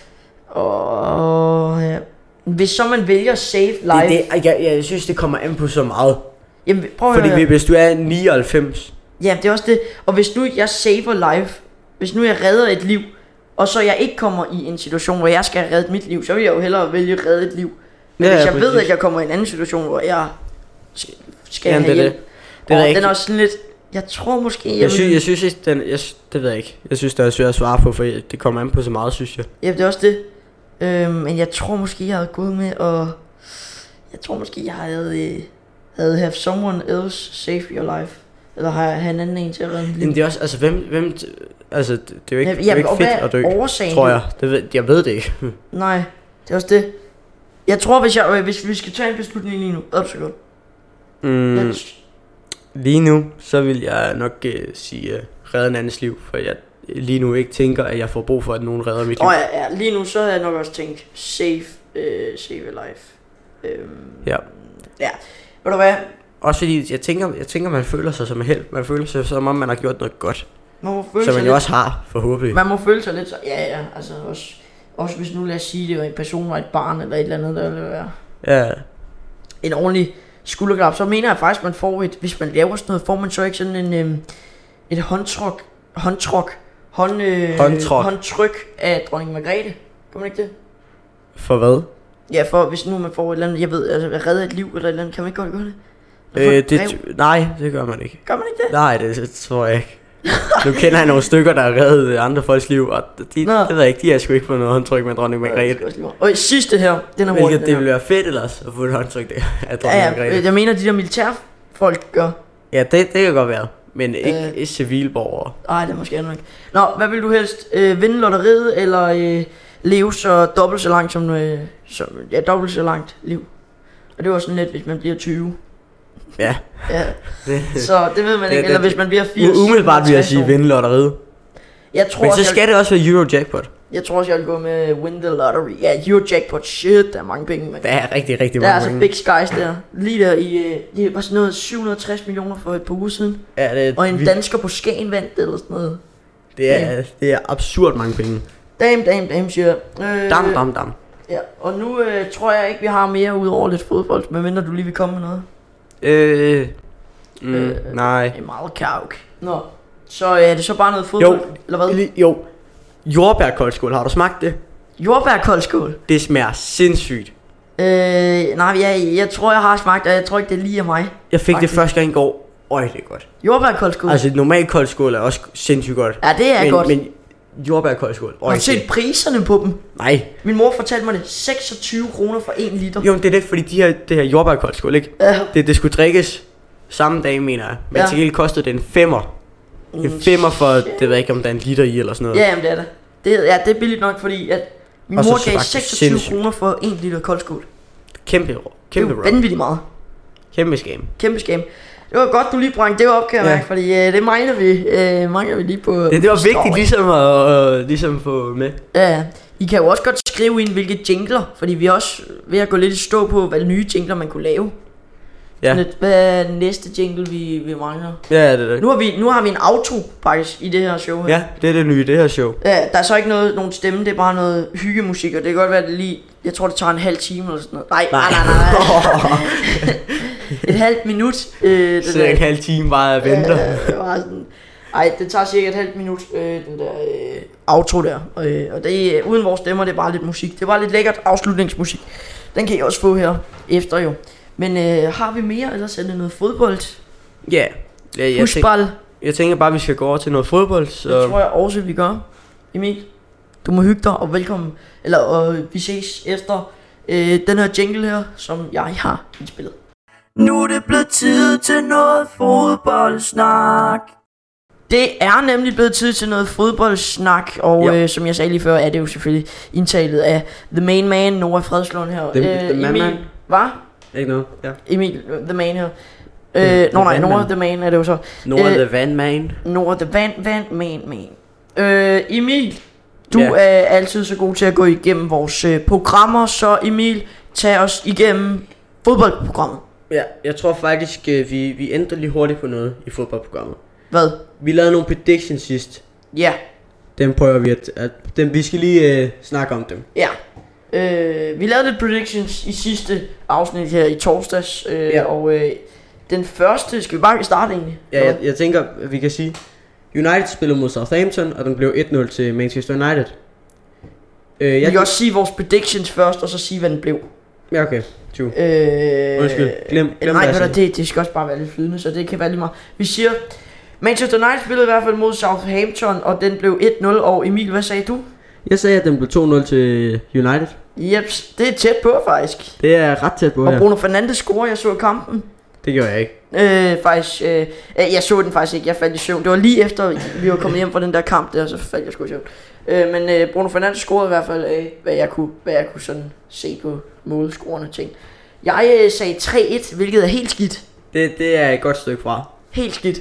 Hvis så man vælger at save life. Jeg synes det kommer an på så meget. Jamen, prøv fordi hvis du er 99. Ja, det er også det. Og hvis nu jeg saver life, hvis nu jeg redder et liv, og så jeg ikke kommer i en situation hvor jeg skal redde mit liv, så vil jeg jo hellere vælge at redde et liv. Men hvis jeg ved at jeg kommer i en anden situation hvor jeg skal have hjælp. Den er også sådan lidt. Jeg tror måske jeg synes ikke det ved jeg ikke. Jeg synes det er svært at svare på, for det kommer an på så meget, synes jeg. Ja, det er også det. Men jeg tror måske jeg havde gået med og jeg tror måske jeg havde have someone else save your life. Eller have en anden en til at redde mit liv. Men det er også altså hvem altså det er jo ikke, det er ikke fedt at dø. Tror jeg. Jeg ved det ikke. Nej, det er også det. Jeg tror hvis vi skal tage en beslutning lige nu, så godt. Lige nu så vil jeg nok sige redde en andens liv, for jeg lige nu ikke tænker at jeg får brug for at nogen redder mit liv. Ja, lige nu så har jeg nok også tænkt save a life. Ja. Ved du hvad? Også fordi jeg tænker man føler sig som en helt. Man føler sig som om man har gjort noget godt. Man må føle som sig man jo også har forhåbentlig. Man må føle sig lidt så. Ja, altså også hvis nu lad os sige det var en person var et barn eller et eller andet der ville være. Ja. En ordentlig skulderklap, så mener jeg faktisk man får hvis man laver sådan noget, får man så ikke sådan en et håndtryk af dronning Margrethe. Kan man ikke det? For hvad? Ja, for hvis nu man får et eller andet, jeg ved, altså at redde et liv eller et eller andet, kan man ikke godt gøre det? Nej, det gør man ikke. Gør man ikke det? Nej, det tror jeg ikke. Nu kender jeg nogle stykker, der har reddet andre folks liv, og det ved jeg ikke, de har sgu ikke fået noget håndtryk med dronning Margrethe. Og sidste her, den er hurtigt. Det ville være fedt ellers at få et håndtryk af dronning Margrethe. Jeg mener, de der militærfolk gør. Ja, det kan godt være, men ikke civilborgere. Nej, det måske nok. Nå, hvad vil du helst? Vinde lotteriet, eller leve så dobbelt så langt dobbelt så langt liv? Og det var sådan lidt, hvis man bliver 20. Ja. Så det ved man ikke. Eller hvis man bliver 80. Umiddelbart vil jeg sige vinde lotteriet. Jeg tror men så skal det også være Eurojackpot. Jeg tror også jeg vil gå med win the lottery. Ja, Eurojackpot, shit, der er mange penge. Der er rigtig mange penge. Der er altså big skies der. Lige der det var sådan noget 760 millioner for et par uger siden. Ja, det og en dansker på Skagen vandt eller sådan noget. Det er absurd mange penge. Damn, siger Dam. Ja, og nu tror jeg ikke, vi har mere ud over lidt fodbold, medmindre du lige vil komme med noget. Nej. Det er meget kauk. Nå, så er det så bare noget fodbold, eller hvad? Jo. Jordbærkoldskål, har du smagt det? Jordbærkoldskål? Det smager sindssygt. Nej, jeg tror, jeg har smagt, og jeg tror ikke, det er lige af mig. Jeg fik det første gang i går. Det er godt. Jordbærkoldskål? Altså, normal koldskål er også sindssygt godt. Ja, det er godt. Men jordbærkoldskål. Har du set priserne på dem? Nej. Min mor fortalte mig det. 26 kroner for 1 liter. Jo, det er det, fordi det her jordbærkoldskål, ikke? Ja. Det skulle drikkes samme dag, mener jeg. Men til gengæld kostede det en 5'er. En 5'er for, det ved jeg ikke, om der er en liter i eller sådan noget. Ja, jamen det er det. Det er billigt nok, fordi at min mor gav 26 kroner for 1 liter koldskål. Kæmpe det er jo vanvittigt meget. Kæmpe skam. Det var godt, du lige brændte det op, kan jeg mærke, fordi det mangler vi lige på. Det var vigtigt ligesom at få med. Ja, I kan jo også godt skrive ind, hvilke jingler, fordi vi er også ved at gå lidt i stå på, hvad nye jingler man kunne lave. Ja. Hvad er den næste jingle, vi mangler? Ja, det er det. Nu har vi en outro faktisk i det her show her. Ja, det er det nye i det her show. Ja, der er så ikke nogen stemme, det er bare noget hyggemusik, og det kan godt være, det lige, jeg tror det tager en halv time eller sådan noget. Nej. Et halvt minut. Så en halv time bare jeg venter. Det var sådan. Ej, det tager cirka et halvt minut, den der outro der. Og det er uden vores stemmer, det er bare lidt musik. Det er bare lidt lækkert afslutningsmusik. Den kan I også få her efter jo. Men har vi mere, ellers er det noget fodbold? Ja. Husball. Jeg tænker bare, vi skal gå over til noget fodbold. Så. Det tror jeg også, vi gør. Emil, du må hygge dig og velkommen. Og vi ses efter den her jingle her, som jeg har indspillet. Nu er det blevet tid til noget fodboldsnak. Det er nemlig blevet tid til noget fodboldsnak. Og som jeg sagde lige før, er det jo selvfølgelig indtalet af The Main Man, Noah Fredslund her. Emil, hvad? Ikke noget, ja. Emil, The Man her. Noah The Man er det jo så. Noah The Van Man. Noah The Van Man. Emil, du er altid så god til at gå igennem vores programmer. Så Emil, tag os igennem fodboldprogrammet. Ja, jeg tror faktisk, vi ændrer lige hurtigt på noget i fodboldprogrammet. Hvad? Vi lavede nogle predictions sidst. Ja. Dem prøver vi vi skal lige snakke om dem. Ja. Vi lavede lidt predictions i sidste afsnit her i torsdags. Og den første, skal vi bare starte egentlig? Ja, jeg tænker, vi kan sige, United spillede mod Southampton, og den blev 1-0 til Manchester United. Vi kan også sige vores predictions først, og så sige, hvad den blev. Ja, okay. Undskyld, glem nej, det skal også bare være lidt flydende, så det kan være lige meget. Vi siger, Manchester United spillede i hvert fald mod Southampton, og den blev 1-0, og Emil, hvad sagde du? Jeg sagde, at den blev 2-0 til United. Jeps, det er tæt på faktisk. Det er ret tæt på, og Bruno Fernandes scorer, jeg så kampen. Det gjorde jeg ikke. Jeg så den faktisk ikke, jeg faldt i søvn. Det var lige efter, vi var kommet hjem fra den der kamp der, så faldt jeg sgu i søvn. Men Bruno Fernandes scorede i hvert fald af, hvad jeg kunne sådan se på målscorerne ting. Jeg sagde 3-1, hvilket er helt skidt. Det er et godt stykke fra. Helt skidt.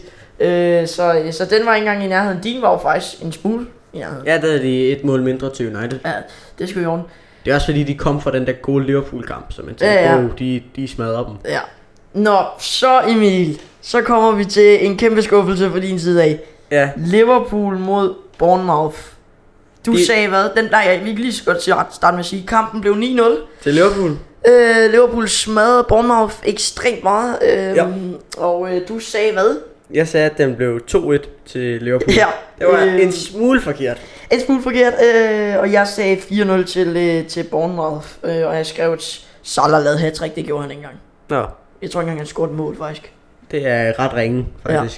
Så den var ikke engang i nærheden. Din var jo faktisk en smule i nærheden. Ja, der er de et mål mindre til United. Ja, det skulle i orden. Det er også fordi, de kom fra den der gode Liverpool-kamp, så man tænker, de smadrer dem. Ja. Nå, så Emil, så kommer vi til en kæmpe skuffelse på din side af. Ja. Liverpool mod Bournemouth. Du sagde hvad? Vi kan lige så godt starte med at sige, kampen blev 9-0. Til Liverpool. Liverpool smadrede Bournemouth ekstremt meget. Og du sagde hvad? Jeg sagde, at den blev 2-1 til Liverpool. Ja. Det var en smule forkert. Og jeg sagde 4-0 til Bournemouth. Og jeg skrev, at Salah lavede hat-trick. Det gjorde han ikke engang. Nå. Jeg tror ikke engang, han scorede et mål, faktisk. Det er ret ringe, faktisk.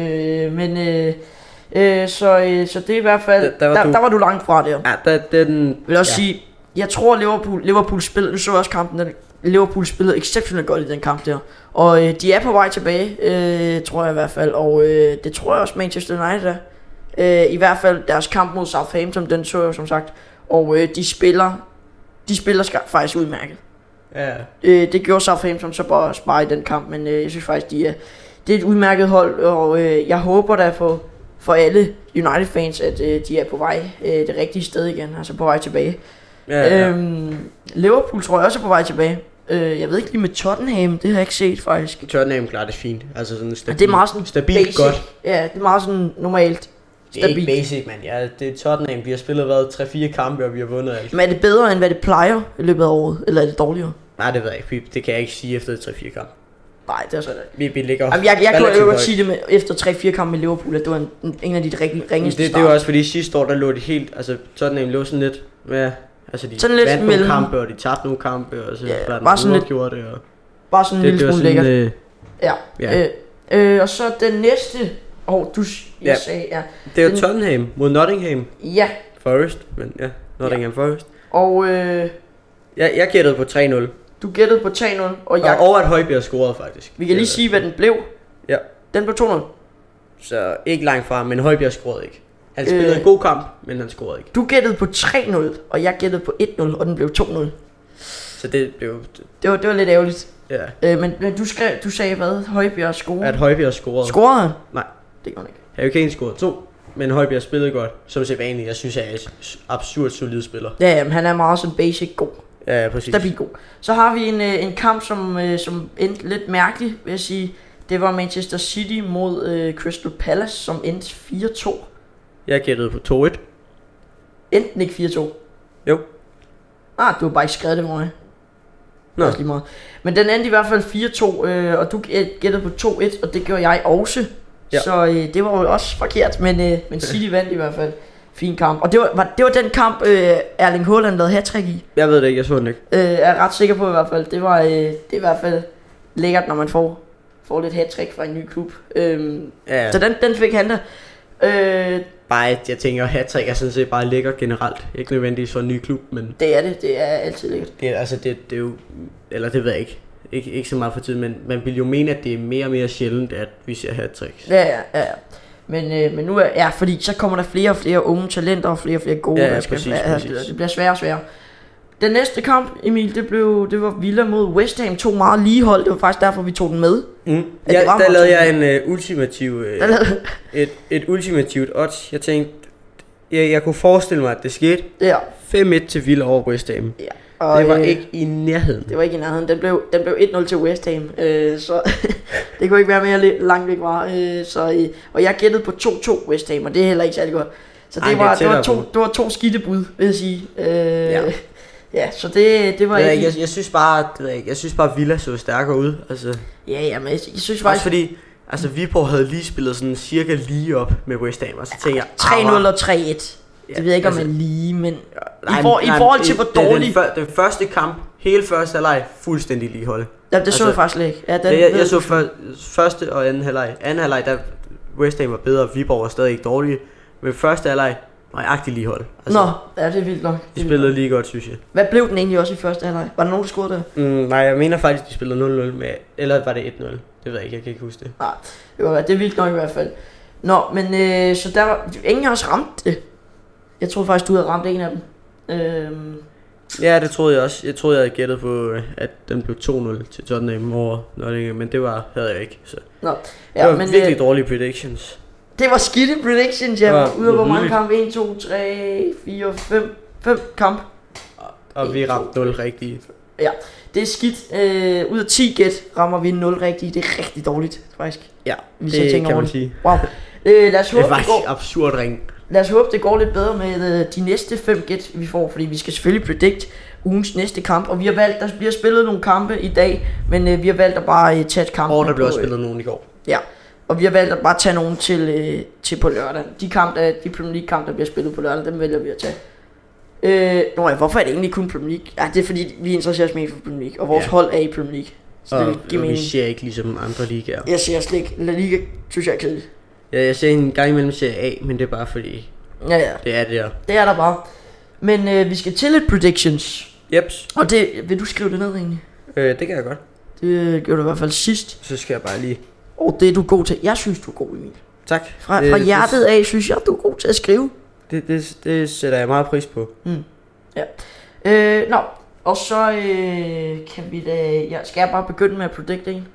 Ja. Så det er i hvert fald... Der var du langt fra der. Ja, den... Vil også sige, jeg tror Liverpool spillede... Nu så også kampen, Liverpool spillede exceptionelt godt i den kamp der. Og de er på vej tilbage, tror jeg i hvert fald. Og det tror jeg også Manchester United er. I hvert fald deres kamp mod Southampton, den så jeg som sagt. Og de spiller faktisk udmærket. Ja. Det gjorde Southampton så bare i den kamp, men jeg synes faktisk det er et udmærket hold, og jeg håber da for alle United fans, at de er på vej det rigtige sted igen, altså på vej tilbage. Ja. Liverpool tror jeg også er på vej tilbage. Jeg ved ikke lige med Tottenham, det har jeg ikke set faktisk. Tottenham klarer det fint, altså sådan stabilt. Det er meget sådan stabilt basic. Godt. Ja, det er meget sådan normalt. Det er ikke basic, man. Ja, det er Tottenham. Vi har spillet 3-4 kampe, og vi har vundet alt. Men er det bedre, end hvad det plejer i løbet af året? Eller er det dårligere? Nej, det ved jeg ikke. Det kan jeg ikke sige efter 3-4 kampe. Nej, det er så det. Vi ligger. Jamen, jeg kunne jo godt sige det med, efter 3-4 kampe med Liverpool, at det var en af de ringeste det var også fordi sidste år, der lå det helt. Altså, Tottenham lå sådan lidt. Ja, altså de sådan vandt nogle kampe, og de tabte nogle kampe, og så bare sådan lidt, gjorde det. Og bare sådan en lille smule lækkert. Ja. Og så den næste. Sagde, ja. Det er jo Tottenham mod Nottingham. Ja. Forest, men ja, Nottingham Forest. Og jeg gættede på 3-0. Du gættede på 3-0, og at Højbjerg scorede faktisk. Vi kan lige sige, hvad den blev. Ja. Den blev 2-0. Så ikke langt fra, men Højbjerg scorede ikke. Han spillede en god kamp, men han scorede ikke. Du gættede på 3-0, og jeg gættede på 1-0, og den blev 2-0. Så det blev... Det var lidt ærgerligt. Ja. Men du sagde hvad? Højbjerg scorede? At Højbjerg scorede. Scorede han? Nej. Det gjorde han ikke. Harry Kane scorede 2, men Højbjerg spillede godt. Som sædvanligt. Jeg synes, han er en absurd solid spiller. Ja, men han er meget sådan basic god. Ja, præcis. Stabil god. Så har vi en kamp, som endte lidt mærkeligt, vil jeg sige. Det var Manchester City mod Crystal Palace, som endte 4-2. Jeg gættede på 2-1. Endte den ikke 4-2? Jo. Du har bare ikke skrevet det, Møje. Nå. Lige meget. Men den endte i hvert fald 4-2, og du gættede på 2-1, og det gjorde jeg også. Ja. Så det var jo også forkert, men City vandt i hvert fald. Fin kamp. Og det var den kamp, Erling Haaland lavede hattrick i. Jeg ved det ikke, jeg så den ikke. Jeg er ret sikker på i hvert fald. Det er i hvert fald lækkert, når man får lidt hattrick fra en ny klub. Ja. Så den fik han da. Bare, jeg tænker, hattrick er sådan set bare lækker generelt. Ikke nødvendigvis for en ny klub, men... Det er det. Det er altid lækkert. Det er jo... Eller det ved jeg ikke. Ikke så meget for tiden, men man vil jo mene, at det er mere og mere sjældent, at vi ser hattricks. Ja. Men nu fordi så kommer der flere og flere unge talenter og flere og flere gode. Ja, præcis. Det bliver sværere og sværere. Den næste kamp, Emil, det var Villa mod West Ham. 2 meget lige hold. Det var faktisk derfor, vi tog den med. Der lavede jeg en ultimativ... et ultimativt odds. Jeg tænkte, jeg kunne forestille mig, at det skete. Ja. 5-1 til Villa over West Ham. Ja. Og det var ikke i nærheden. Det var ikke i nærheden. Den blev 1-0 til West Ham. Så det kunne ikke være mere langt væk fra. Og jeg gættede på 2-2 West Ham, og det er heller ikke særlig godt. Så det var 2 skidte bud, vil jeg sige. Ja, så det var ikke... Jeg synes bare Villa så stærkere ud. Altså. Ja, men jeg synes faktisk... Også fordi, altså Viborg havde lige spillet sådan cirka lige op med West Ham, og så tænker jeg... 3-0 og 3-1. Det ved jeg ikke, om man lige, men... I forhold til, hvor dårlig... Den første kamp, hele første halvleg, fuldstændig lige hold. Ja, det så jeg faktisk ikke. Jeg så første og anden halvleg. Anden halvleg, der West Ham var bedre, Viborg var stadig ikke dårlige. Men første halvleg, nøjagtigt lige hold. Altså, ja, det er vildt nok. De spillede lige godt, synes jeg. Hvad blev den egentlig også i første halvleg? Var der nogen, der scorede der? Nej, jeg mener faktisk, de spillede 0-0 med... Eller var det 1-0? Det ved jeg ikke, jeg kan ikke huske det. Nej, det er vildt nok i hvert fald. Nå, men så der var... Ingen af os ramte det. Jeg troede faktisk, du havde ramt en af dem. Ja, det troede jeg også. Jeg troede, jeg havde gættet på, at den blev 2-0 til Tottenham over Nottingham, men det havde jeg ikke. Så. Nå, ja, det var virkelig dårlige predictions. Det var skidte predictions, ja. Ude af hvor mange kampe? 1, 2, 3, 4, 5 kamp. Og vi ramte 0 rigtige. Ja, det er skidt. Ud af 10 gæt rammer vi 0 rigtige. Det er rigtig dårligt, faktisk. Ja, det kan man sige. Wow. Lad os håbe, det er faktisk absurd ring. Lad os håbe, det går lidt bedre med de næste 5 gæt, vi får, fordi vi skal selvfølgelig predict ugens næste kamp, og vi har valgt, der bliver spillet nogle kampe i dag, men vi har valgt at bare tage kampen. Og der blev også spillet nogle i går. Ja, og vi har valgt at bare tage nogen til på lørdag. De Premier League kampe, der bliver spillet på lørdag, dem vælger vi at tage. Hvorfor er det egentlig kun Premier League? Ja, det er fordi, vi interesserer os mere for Premier League, og vores hold er i Premier League. Så og vi ser ikke ligesom andre ligaer. Jeg ser slet ikke. La Liga synes jeg er kedeligt. Ja, jeg ser en gang imellem Serie A, men det er bare fordi... Ja. Det er det der. Det er der bare. Men vi skal til lidt predictions. Jeps. Og det, vil du skrive det ned egentlig? Det kan jeg godt. Det gjorde du i hvert fald sidst. Så skal jeg bare lige... Det er du god til. Jeg synes, du er god, Emil. Tak. Fra hjertet af, synes jeg, du er god til at skrive. Det sætter jeg meget pris på. Ja. Og så kan vi da... Skal jeg bare begynde med at predicte en?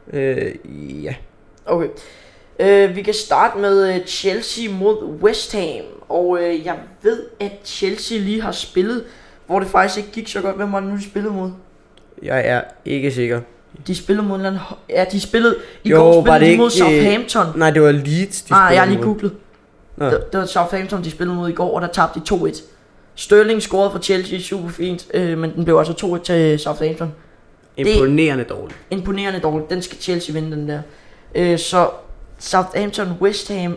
Ja. Okay. Vi kan starte med Chelsea mod West Ham. Og jeg ved, at Chelsea lige har spillet, hvor det faktisk ikke gik så godt. Hvem var det nu, de spillede mod? Jeg er ikke sikker. De spillede mod en eller anden... Ja, de spillede... I går spillede de mod Southampton. Nej, det var Leeds, jeg har lige googlet. Det var Southampton, de spillede mod i går, og der tabte de 2-1. Sterling scorede for Chelsea, super fint, men den blev altså 2-1 til Southampton. Imponerende dårligt. Imponerende dårligt. Den skal Chelsea vinde, den der. Så Southampton, West Ham.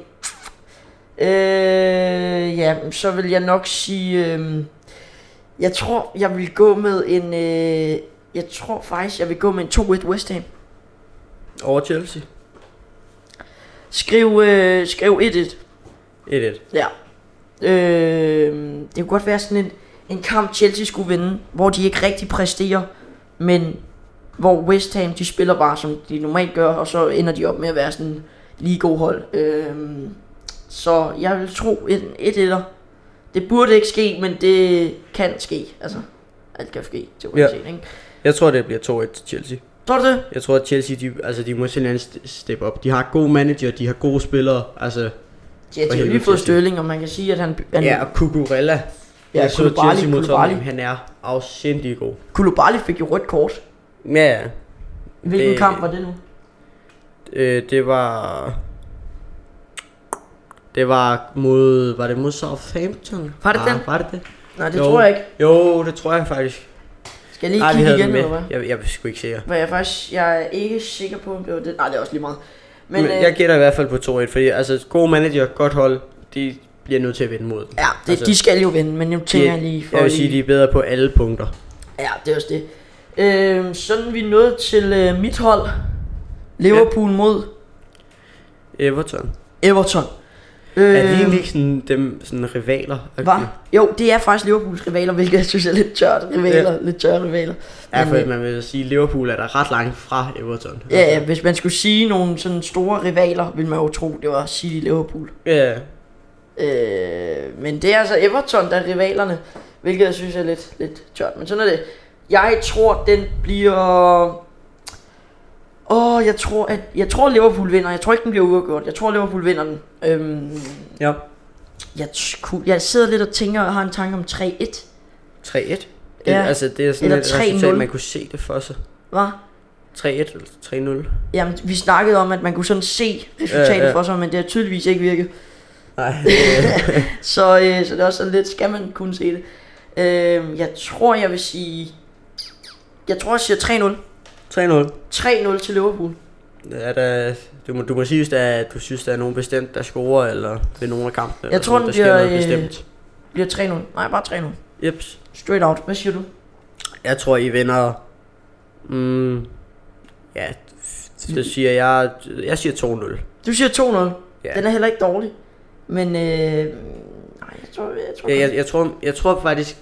Ja, så vil jeg nok sige... jeg tror, jeg vil gå med en... jeg tror faktisk, jeg vil gå med en 2-1 West Ham. Over Chelsea? Skriv 1-1. 1-1. Ja. Det kunne godt være sådan en kamp Chelsea skulle vinde, hvor de ikke rigtig præsterer, men hvor West Ham de spiller bare som de normalt gør, og så ender de op med at være sådan lige god hold. Så jeg vil tro en 1-1'er. Det burde ikke ske, men det kan ske. Altså, alt kan ske til uanset, ikke? Jeg tror det bliver 2-1 til Chelsea. Tror du det? Jeg tror at Chelsea de må simpelthen step op. De har gode manager, de har gode spillere. Altså, ja, de har lige fået Sterling, og man kan sige at han ja, og Cucurella. Jeg så Chelsea mod Tottenham, han er afsindig god. Koulibaly fik jo rødt kort. Ja. Hvilken kamp var det nu? Det var mod Southampton? Var det den? Var det det? Nej, det tror jeg ikke. Jo, det tror jeg faktisk. Skal jeg lige kigge igen, eller hvad? Jeg er sgu ikke sikker. Jeg er ikke sikker på, om det var det. Nej, det er også lige meget. Men jeg gætter i hvert fald på 2-1, fordi altså gode manager, godt hold, de bliver nødt til at vinde mod dem. Ja, altså, de skal jo vinde, men nu tænker jeg lige for... Jeg vil sige, de er bedre på alle punkter. Ja, det er også det. Sådan vi nået til mit hold. Liverpool mod... Everton. Er de egentlig sådan rivaler? Hvad? Jo, det er faktisk Liverpools rivaler, hvilket jeg synes er lidt tørt rivaler. Ja. Lidt tørre rivaler. Ja, for man vil sige, Liverpool er der ret langt fra Everton. Ja, hvis man skulle sige nogle sådan store rivaler, ville man jo tro, det var City Liverpool. Ja. Men det er altså Everton, der er rivalerne, hvilket jeg synes er lidt tørt. Men sådan er det. Jeg tror, den bliver... Jeg tror Liverpool vinder. Jeg tror ikke den bliver uafgjort. Jeg tror Liverpool vinder den. Ja. Jeg sidder lidt og tænker og har en tanke om 3-1. 3-1? Ja. Altså det er sådan et resultat, man kunne se det for sig. Hvad? 3-1 eller 3-0? Jamen vi snakkede om at man kunne sådan se resultatet for sig, men det har tydeligvis ikke virket. Nej. så det er også sådan lidt, skal man kunne se det. Jeg tror jeg siger 3-0. 3-0. 3-0 til Liverpool. Du må sige, at du synes, der er nogen bestemt, der scorer, eller ved nogle af kampene. Jeg tror, den bliver 3-0. Nej, bare 3-0. Jeps. Straight out. Hvad siger du? Jeg tror, I vinder... ja, det siger jeg... Jeg siger 2-0. Du siger 2-0? Ja. Den er heller ikke dårlig. Men... nej, jeg tror faktisk...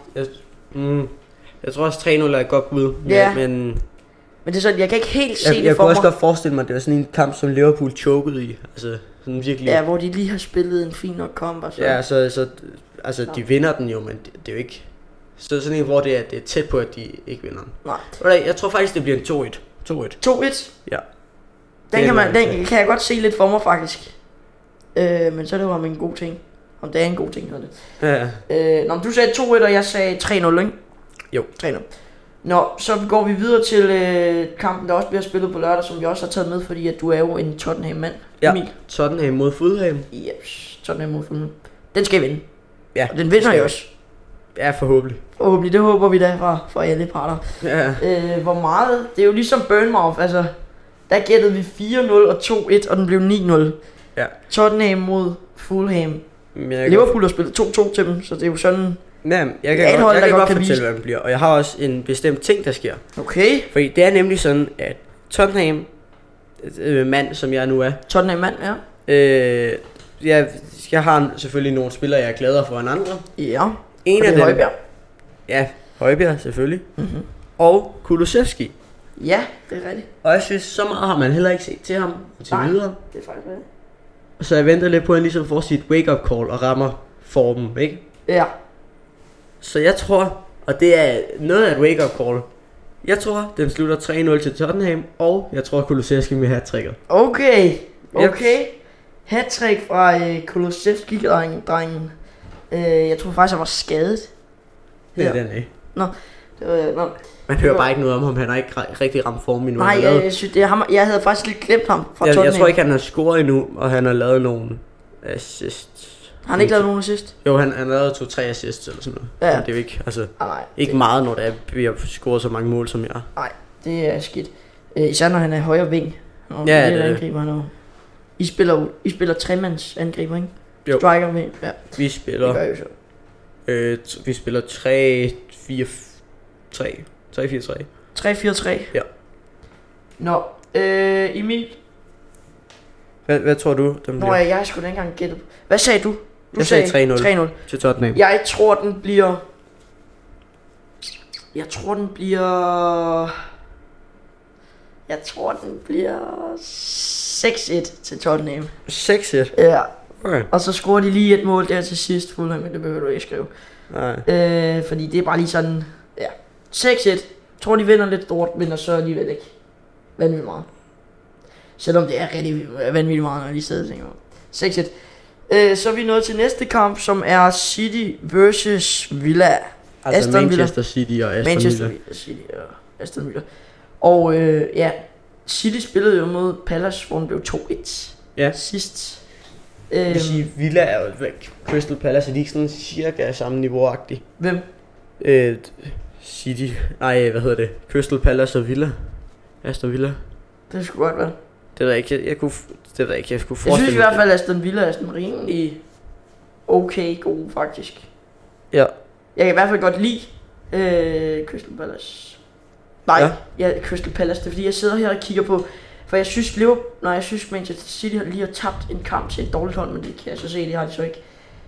jeg tror også 3-0 er et godt bud. Ja. Men det er sådan, jeg kan ikke helt se det for mig. Jeg kan også godt forestille mig, at det var sådan en kamp, som Liverpool chokede i. Altså, sådan virkelig... Ja, hvor de lige har spillet en fin nok kamp. Og så. Ja, altså de vinder den jo, men det er jo ikke... Så sådan en, hvor det er tæt på, at de ikke vinder den. Nej. Jeg tror faktisk, det bliver en 2-1. 2-1? Ja. Den kan jeg godt se lidt for mig, faktisk. Men så er det jo om en god ting. Om det er en god ting, hedder det. Ja. Nå, men du sagde 2-1, og jeg sagde 3-0, ikke? Jo. 3-0. Nå, så går vi videre til kampen, der også bliver spillet på lørdag, som vi også har taget med, fordi at du er jo en Tottenham-mand, Emil. Ja, Tottenham mod Fulham. Yes, Tottenham mod Fulham. Den skal vinde. Ja. Og den vinder jo også. Ja, forhåbentlig. Forhåbentlig, det håber vi da fra alle parter. Ja. Hvor meget? Det er jo ligesom Bournemouth, altså. Der gættede vi 4-0 og 2-1, og den blev 9-0. Ja. Tottenham mod Fulham. Liverpool har spillet 2-2 til dem, så det er jo sådan... Ja, jeg kan godt fortælle, hvad den bliver. Og jeg har også en bestemt ting, der sker. Okay. Fordi det er nemlig sådan, at Tottenham, mand som jeg nu er. Tottenham mand, ja. Jeg har selvfølgelig nogle spillere, jeg er gladere for end andre. Ja. En af dem. Højbjerg. Ja, Højbjerg selvfølgelig. Mm-hmm. Og Kulusevski. Ja, det er rigtigt. Og jeg synes, så meget har man heller ikke set til ham til videre. Det er faktisk rigtigt. Så jeg venter lidt på, at han ligesom får sit wake-up call og rammer formen, ikke? Ja. Så jeg tror, og det er noget af et wake-up call, jeg tror, den slutter 3-0 til Tottenham, og jeg tror, Kulusevski med hat-tricker. Okay. Hat-trick fra Kulusevski-drengen. Jeg tror faktisk, han var skadet. Det er den af. Nå. Man hører bare ikke noget om ham, han har ikke rigtig ramt form endnu. Nej, jeg synes, det er ham. Jeg havde faktisk lidt glemt ham fra Tottenham. Jeg tror ikke, han har scoret endnu, og han har lavet nogle assist. Har han ikke lavet nogen assist? Jo, han lavede 2-3 assists eller sådan noget. Ja. Men det er jo ikke, altså, Nej, ikke meget, når vi har scoret så mange mål som jeg. Nej, det er skidt. Især når han er højre ving. Og ja, det angriber han over. I spiller tremands angriber, ikke? Jo. Striker med. Ja. Vi spiller. Det gør jo så. Vi spiller 3-4-3. 3-4-3. Ja. Nå, Emil. Hvad tror du? Nå, jeg skulle da ikke engang gætte. Hvad sagde du? Jeg sagde 3-0 til Tottenham. Jeg tror den bliver 6-1 til Tottenham. 6-1? Ja. Okay. Og så scorer de lige et mål der til sidst, Fulham, men det behøver du ikke skrive. Nej. Fordi det er bare lige sådan, ja. 6-1. Tror de vinder lidt stort, men så alligevel ikke vanvittigt meget. Selvom det er rigtig vanvittigt meget, når jeg lige sidder og tænker på. 6-1. Så er vi nået til næste kamp, som er City vs Villa. Altså Aston Manchester City og Aston Manchester Villa. City og Aston Villa. Og ja, City spillede jo mod Palace, hvor den blev 2-1 sidst. Jeg vil sige, Villa er jo væk. Crystal Palace er de ikke sådan cirka samme niveau-agtigt. Hvem? City. Nej, hvad hedder det? Crystal Palace og Villa. Aston Villa. Det skulle godt være. Det ved jeg ikke. Jeg kunne forestille. Jeg synes i hvert fald, at Aston Villa er sådan rimelig okay god, faktisk. Ja. Jeg kan i hvert fald godt lide Crystal Palace. Nej, Crystal Palace. Det er fordi, jeg sidder her og kigger på. For jeg synes, Manchester City lige har tabt en kamp til et dårligt hold, men det kan jeg så se, det har de så ikke.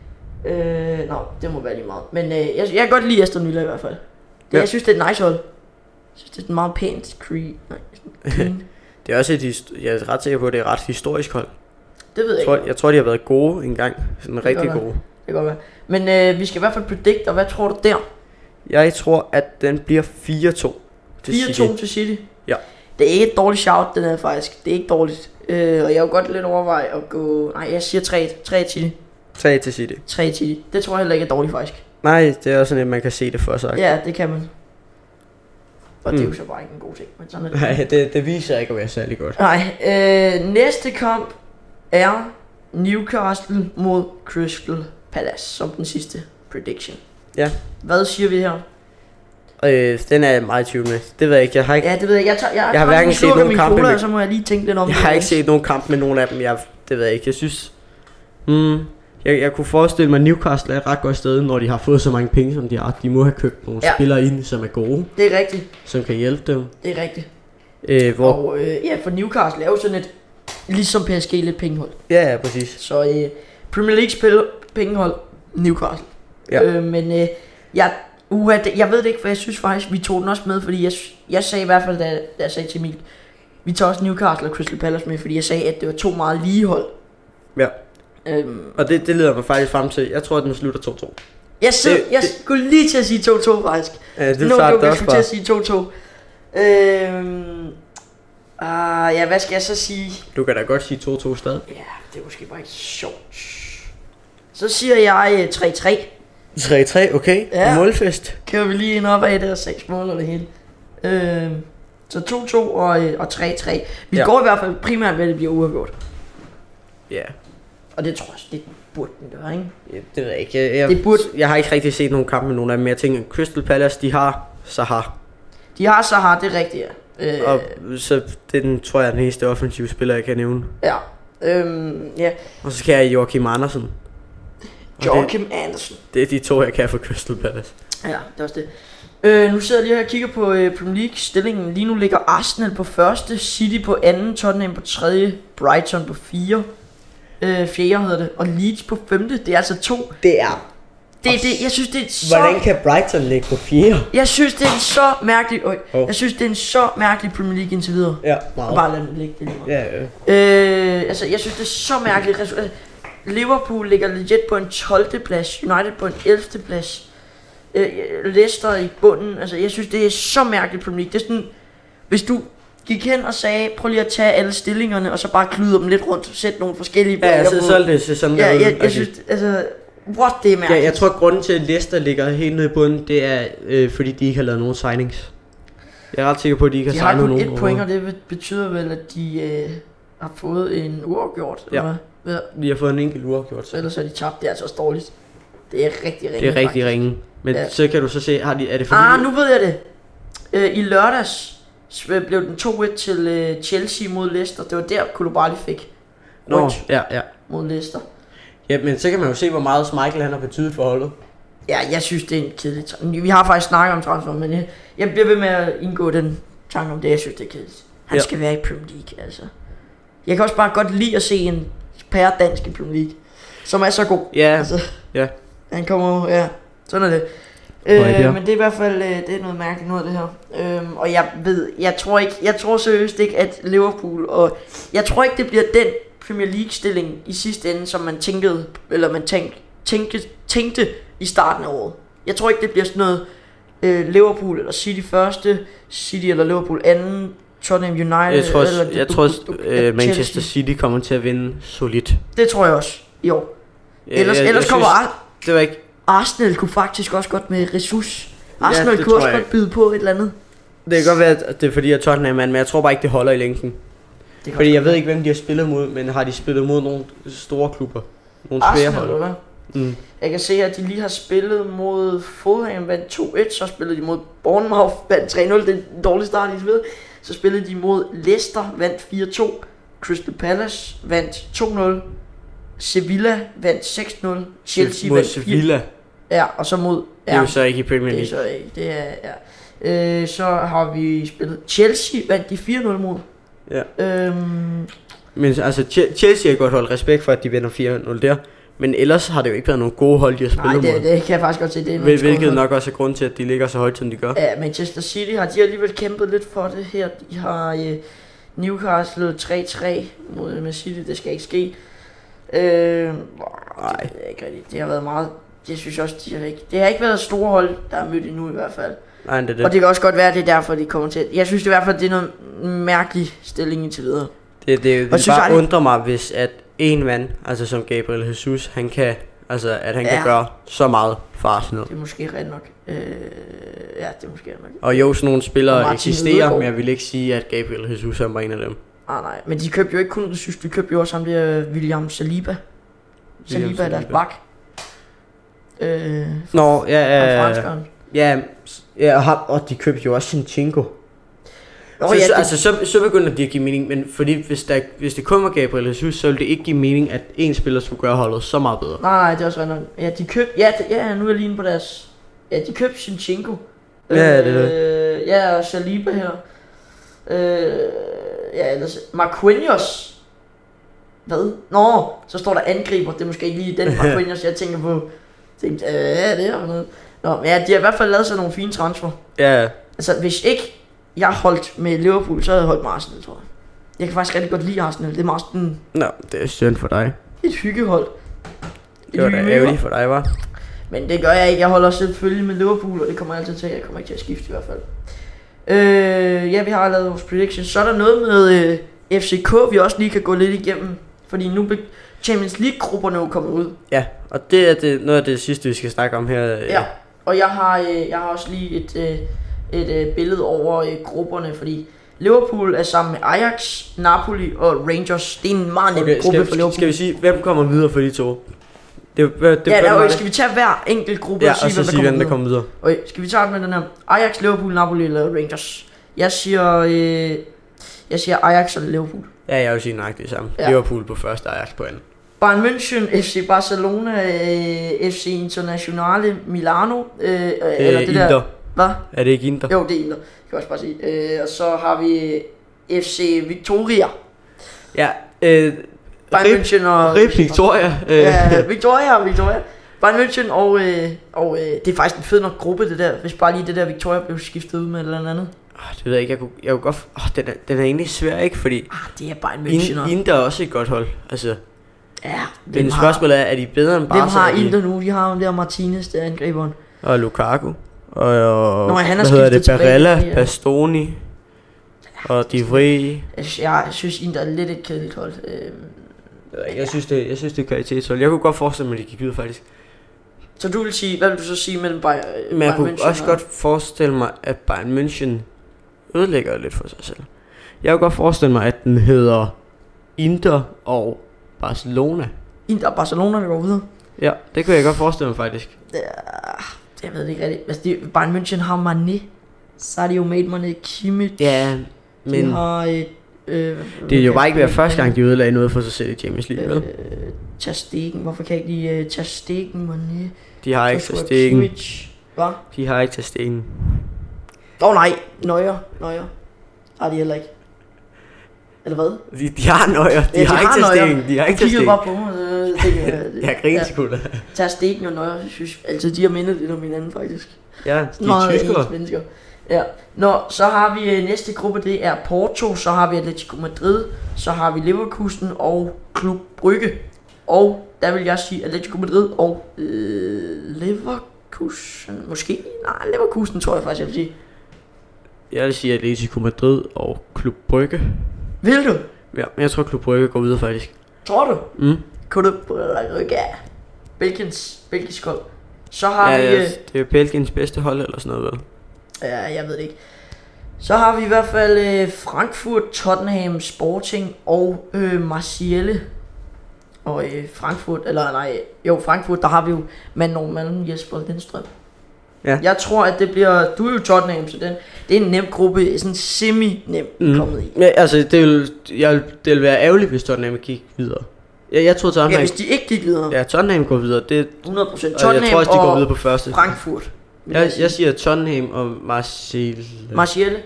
Det må være lige meget. Men jeg kan godt lide Aston Villa i hvert fald. Jeg synes, det er et nice hold. Jeg synes, det er et meget pænt clean. Det er også jeg er ret sikker på, at det er et ret historisk hold. Det ved jeg ikke. Jeg tror, de har været gode engang. Sådan rigtig gode. Det kan godt være. Men vi skal i hvert fald predict, og hvad tror du der? Jeg tror, at den bliver 4-2 til 4-2 til City? Ja. Det er ikke et dårligt shout, den her faktisk. Det er ikke dårligt. Og jeg har godt lidt overveje at gå... Nej, jeg siger 3 City. 3 til City. 3 City. Det tror jeg heller ikke er dårligt faktisk. Nej, det er også sådan, at man kan se det for sig. Ja, det kan man. Og det er jo så bare ikke en god ting. Men sådan nej, det viser ikke at være særlig godt. Nej, næste kamp er Newcastle mod Crystal Palace som den sidste prediction. Ja. Hvad siger vi her? Den er meget tvivl med. Det ved jeg ikke. Jeg har ikke. Ja, det ved jeg. Jeg har hverken set nogen kampe med. Så må jeg lige tænke lidt om jeg har ikke set nogen kamp med nogen af dem. Det ved jeg ikke. Jeg synes. Jeg kunne forestille mig, at Newcastle er et ret godt sted, når de har fået så mange penge, som de har. De må have købt nogle spillere ind, som er gode. Det er rigtigt. Som kan hjælpe dem. Det er rigtigt. For Newcastle er jo sådan et, ligesom PSG, lidt pengehold. Ja, præcis. Så Premier League spiller pengehold Newcastle. Ja. Men jeg ved det ikke, for jeg synes faktisk, vi tog den også med, fordi jeg sagde i hvert fald, da jeg sagde til Emil, vi tager også Newcastle og Crystal Palace med, fordi jeg sagde, at det var to meget lige hold. Ja. Og det leder mig faktisk frem til, jeg tror, at den slutter 2-2. Jeg skulle lige til at sige 2-2 faktisk. Ja, det starter jeg også skulle til at sige 2-2. Hvad skal jeg så sige? Du kan da godt sige 2-2 stadig. Ja, det er måske bare ikke sjovt. Så siger jeg 3-3. 3-3, okay. Ja. Målfest. Kører vi lige ind op af det og 6 mål og det hele. Så 2-2 og 3-3. Vi går i hvert fald primært ved, at det bliver uafgjort. Ja. Og det tror jeg, det burde den gøre, ikke? Ja, det ved jeg ikke. Jeg har ikke rigtig set nogen kamp med nogen af dem, men jeg tænker, Crystal Palace, de har Zaha. De har Zaha, det er rigtigt, ja. Og så den tror jeg er den eneste offensive spiller, jeg kan nævne. Ja. Ja. Og så kan jeg Joachim Andersen. Joachim Andersen. Det er de to, jeg kan for Crystal Palace. Ja, det er også det. Nu sidder jeg lige her og kigger på Premier League stillingen. Lige nu ligger Arsenal på første, City på anden, Tottenham på tredje, Brighton på fjerde hedder det, og Leeds på femte. Det er altså 2. Det er. Jeg synes det er så. Hvordan kan Brighton ligge på fjerde? Jeg synes det er en så mærkelig. Jeg synes det er en så mærkelig Premier League indtil videre. Ja, meget. Bare lad den ligge det lige meget. Ja. Altså jeg synes det er så mærkeligt. Liverpool ligger legit på en 12. plads, United på en 11. plads. Leicester i bunden. Altså jeg synes det er så mærkeligt Premier League. Det er sådan, hvis du gik hen og sagde, prøv lige at tage alle stillingerne og så bare klude dem lidt rundt, sætte nogle forskellige bager på. Så det sådan der. Ja, jeg synes altså what, det er mærkeligt. Ja, jeg tror grunden til at Leicester ligger helt nede i bunden, det er fordi de ikke har lavet nogen signings. Jeg er ret sikker på at de ikke har signet nogen. De har kun 1 point, og det betyder vel at de har fået en uafgjort. Ja. Vi har fået en enkelt uafgjort. Så ellers er de tabt. Det er altså også dårligt. Det er rigtig ringe. Det er rigtig ringe. Men så kan du så se, er det fordi... nu ved jeg det. I lørdags blev den 2-1 til Chelsea mod Leicester. Det var der Koulibaly fik rødt mod Leicester. Ja, men så kan man jo se, hvor meget Schmeichel han har betydet for holdet. Ja, jeg synes, det er en kedelig tanke. Vi har faktisk snakket om transfer, men jeg bliver ved med at indgå den tanke om det. Jeg synes, det er kedeligt. Han skal være i Premier League, altså. Jeg kan også bare godt lide at se en dansk i Premier League, som er så god. Ja, altså, ja. Han kommer, sådan er det. Men det er i hvert fald det er noget mærkeligt noget af det her. Og jeg tror seriøst ikke, at Liverpool, og jeg tror ikke, det bliver den Premier League stilling i sidste ende, som man tænkede, eller man tænkte i starten af året. Jeg tror ikke, det bliver sådan noget Liverpool eller City første, City eller Liverpool anden, Tottenham United. Jeg tror Manchester City kommer til at vinde solidt. Det tror jeg også i år. Ellers kommer det var ikke. Arsenal kunne faktisk også godt med ressource. Arsenal kunne også godt byde på et eller andet. Det kan godt være, at det er fordi at Tottenham er, men jeg tror bare ikke det holder i længden. Fordi jeg ved ikke hvem de har spillet mod, men har de spillet mod nogle store klubber, nogle svære hold. Jeg kan se at de lige har spillet mod Fulham, vandt 2-1, så spillede de mod Bournemouth, vandt 3-0, det er en dårlig start i spillet. Så spillede de mod Leicester, vandt 4-2, Crystal Palace vandt 2-0, Sevilla vandt 6-0, Chelsea mod vandt 4. Sevilla. Ja, og så mod det er jo så ikke i Premier League. Det er så ikke. Det er så har vi spillet Chelsea vandt de 4-0 mod. Ja. Men altså Chelsea har godt holdt respekt for at de vinder 4-0 der. Men ellers har det jo ikke været nogle gode hold, de har spillet mod. Nej, det kan jeg faktisk godt se. Det er hvilket nok også er grund til, at de ligger så højt, som de gør. Ja, Manchester City har de alligevel kæmpet lidt for det her. De har Newcastle 3-3 mod City, det skal ikke ske. Nej. Det er ikke rigtigt. Det har været meget. Jeg synes også, det har ikke været store hold, der er mødt endnu i hvert fald. Nej, det. Og det kan også godt være, at det er derfor, de kommer til. Jeg synes det i hvert fald, det er noget mærkelig stilling indtil videre. Det bare undrer mig, hvis at en mand, altså som Gabriel Jesus, han kan, altså at han kan gøre så meget for Arsenal. Det er måske ret nok. Det er måske ret nok. Og jo, sådan nogle spillere eksisterer, men jeg vil ikke sige, at Gabriel Jesus er en af dem. Nej, men de købte jo ikke kun Jesus, de købte jo også ham der William Saliba. Saliba er deres bak. Og de købte jo også Zinchenko. Så begynder det at give mening, men fordi hvis det kun var Gabriel Jesus, så ville det ikke give mening, at en spiller skulle gøre holdet så meget bedre. Nej, det er også rigtigt. Ja, de købte, nu er jeg lige inde på deres, de købte Zinchenko. Ja, det er det. Ja, og Saliba her. Ellers Marquinhos. Hvad? Nå, så står der angriber, det er måske ikke lige den Marquinhos, jeg tænker på. Det er noget. Nå, men ja, de har i hvert fald lavet sig nogle fine transfer. Ja. Altså, hvis ikke jeg holdt med Liverpool, så havde jeg holdt med Arsenal, tror jeg. Jeg kan faktisk rigtig godt lide Arsenal. Det er meget sådan... Nå, det er synd for dig. Et hyggehold. Det var da ærgerligt for dig, var. Men det gør jeg ikke. Jeg holder selvfølgelig med Liverpool, og det kommer jeg altid til. Jeg kommer ikke til at skifte i hvert fald. Vi har lavet vores predictions. Så er der noget med FCK, vi også lige kan gå lidt igennem. Fordi nu Champions League-grupperne er kommet ud. Ja, og det er noget af det sidste, vi skal snakke om her. Ja, og jeg har også lige et billede over grupperne, fordi Liverpool er sammen med Ajax, Napoli og Rangers. Det er en meget nem gruppe for Liverpool. Skal vi sige, hvem kommer videre for de to? Skal vi tage hver enkelt gruppe og sige, hvem der kommer videre? Okay, skal vi tage med den her? Ajax, Liverpool, Napoli eller Rangers? Jeg siger Ajax eller Liverpool. Ja, jeg vil sige nøjagtigt det samme. Ja. Liverpool på første, Ajax på anden. Bayern München, FC Barcelona, FC Internazionale Milano. Eller det Inter. Der. Hvad? Er det ikke Inter? Jo, det er Inter. Kan jeg også bare sige. Og så har vi FC Victoria. Ja. Bayern München og... Victoria. Ja, Victoria. Bayern München og det er faktisk en fed nok gruppe, det der. Hvis bare lige det der Victoria blev skiftet ud med et eller andet. Det ved jeg ikke, jeg kunne godt... den er egentlig svær, ikke? Fordi... det er Bayern München. Inter er også et godt hold, altså... Ja. Men spørgsmålet er de bedre end Barca? Hvem har Inter nu? De har jo der Martinez, der angriberen. Og Lukaku. Og han hvad hedder det? Barella, Bastoni. Og Di Vri. Jeg synes Inter er lidt et kedeligt hold. Jeg synes det er kvalitetshold. Jeg kunne godt forestille mig, at de gik videre faktisk. Så du vil sige, hvad vil du så sige mellem Bayern Men jeg kunne også godt forestille mig, at Bayern München ødelægger lidt for sig selv. Jeg kunne godt forestille mig, at den hedder Inter og Barcelona. Inter og Barcelona, der går videre. Ja, det kunne jeg godt forestille mig faktisk. Jeg ved det ikke rigtigt. Altså, Bayern München har Mané, Sadio Mane, Kimmich. Ja, men de har det er jo bare ikke været første gang, de ødelagde noget for sig selv i Champions League, vel? Ter Stegen, hvorfor kan ikke de Ter Stegen, Mané? De har ikke Ter Stegen. Hvad? De har ikke Ter Stegen. Nej, Neuer. Har de heller ikke. Eller hvad? De har Neuer, de har ikke Ter Stegen. De har ikke Ter Stegen. Bare på mig, jeg griner sgu da. Ter Stegen og Neuer, synes altid de har mindet lidt om hinanden faktisk. Ja, de er tyskere. Mennesker. Ja. Nå, så har vi næste gruppe, det er Porto, så har vi Atletico Madrid, så har vi Leverkusen og Klub Brygge. Og der vil jeg sige Atletico Madrid og Leverkusen. Måske? Nej, Leverkusen tror jeg faktisk, jeg vil sige. Jeg vil sige Atletico Madrid og Klub Brygge. Vil du? Ja, men jeg tror Klub Brygge går videre faktisk. Tror du? Klub Brygge. Belgisk hold. Så har vi... det er jo Belgiens bedste hold eller sådan noget, vel? Ja, jeg ved det ikke. Så har vi i hvert fald Frankfurt, Tottenham, Sporting og Marseille. Og Frankfurt, Frankfurt, der har vi jo manden Jesper Lindstrøm. Ja. Jeg tror, at det bliver... Du er jo Tottenham, så det er en nem gruppe, sådan semi-nem kommet i. Ja, altså, det vil være ærgerligt, hvis Tottenham gik videre. Jeg tror Tottenham... Ja, hvis de ikke gik videre. Ja, Tottenham går videre. Det 100%. Tottenham jeg tror også, de går videre på første. Frankfurt. Jeg siger Tottenham og Marseille. Marseille,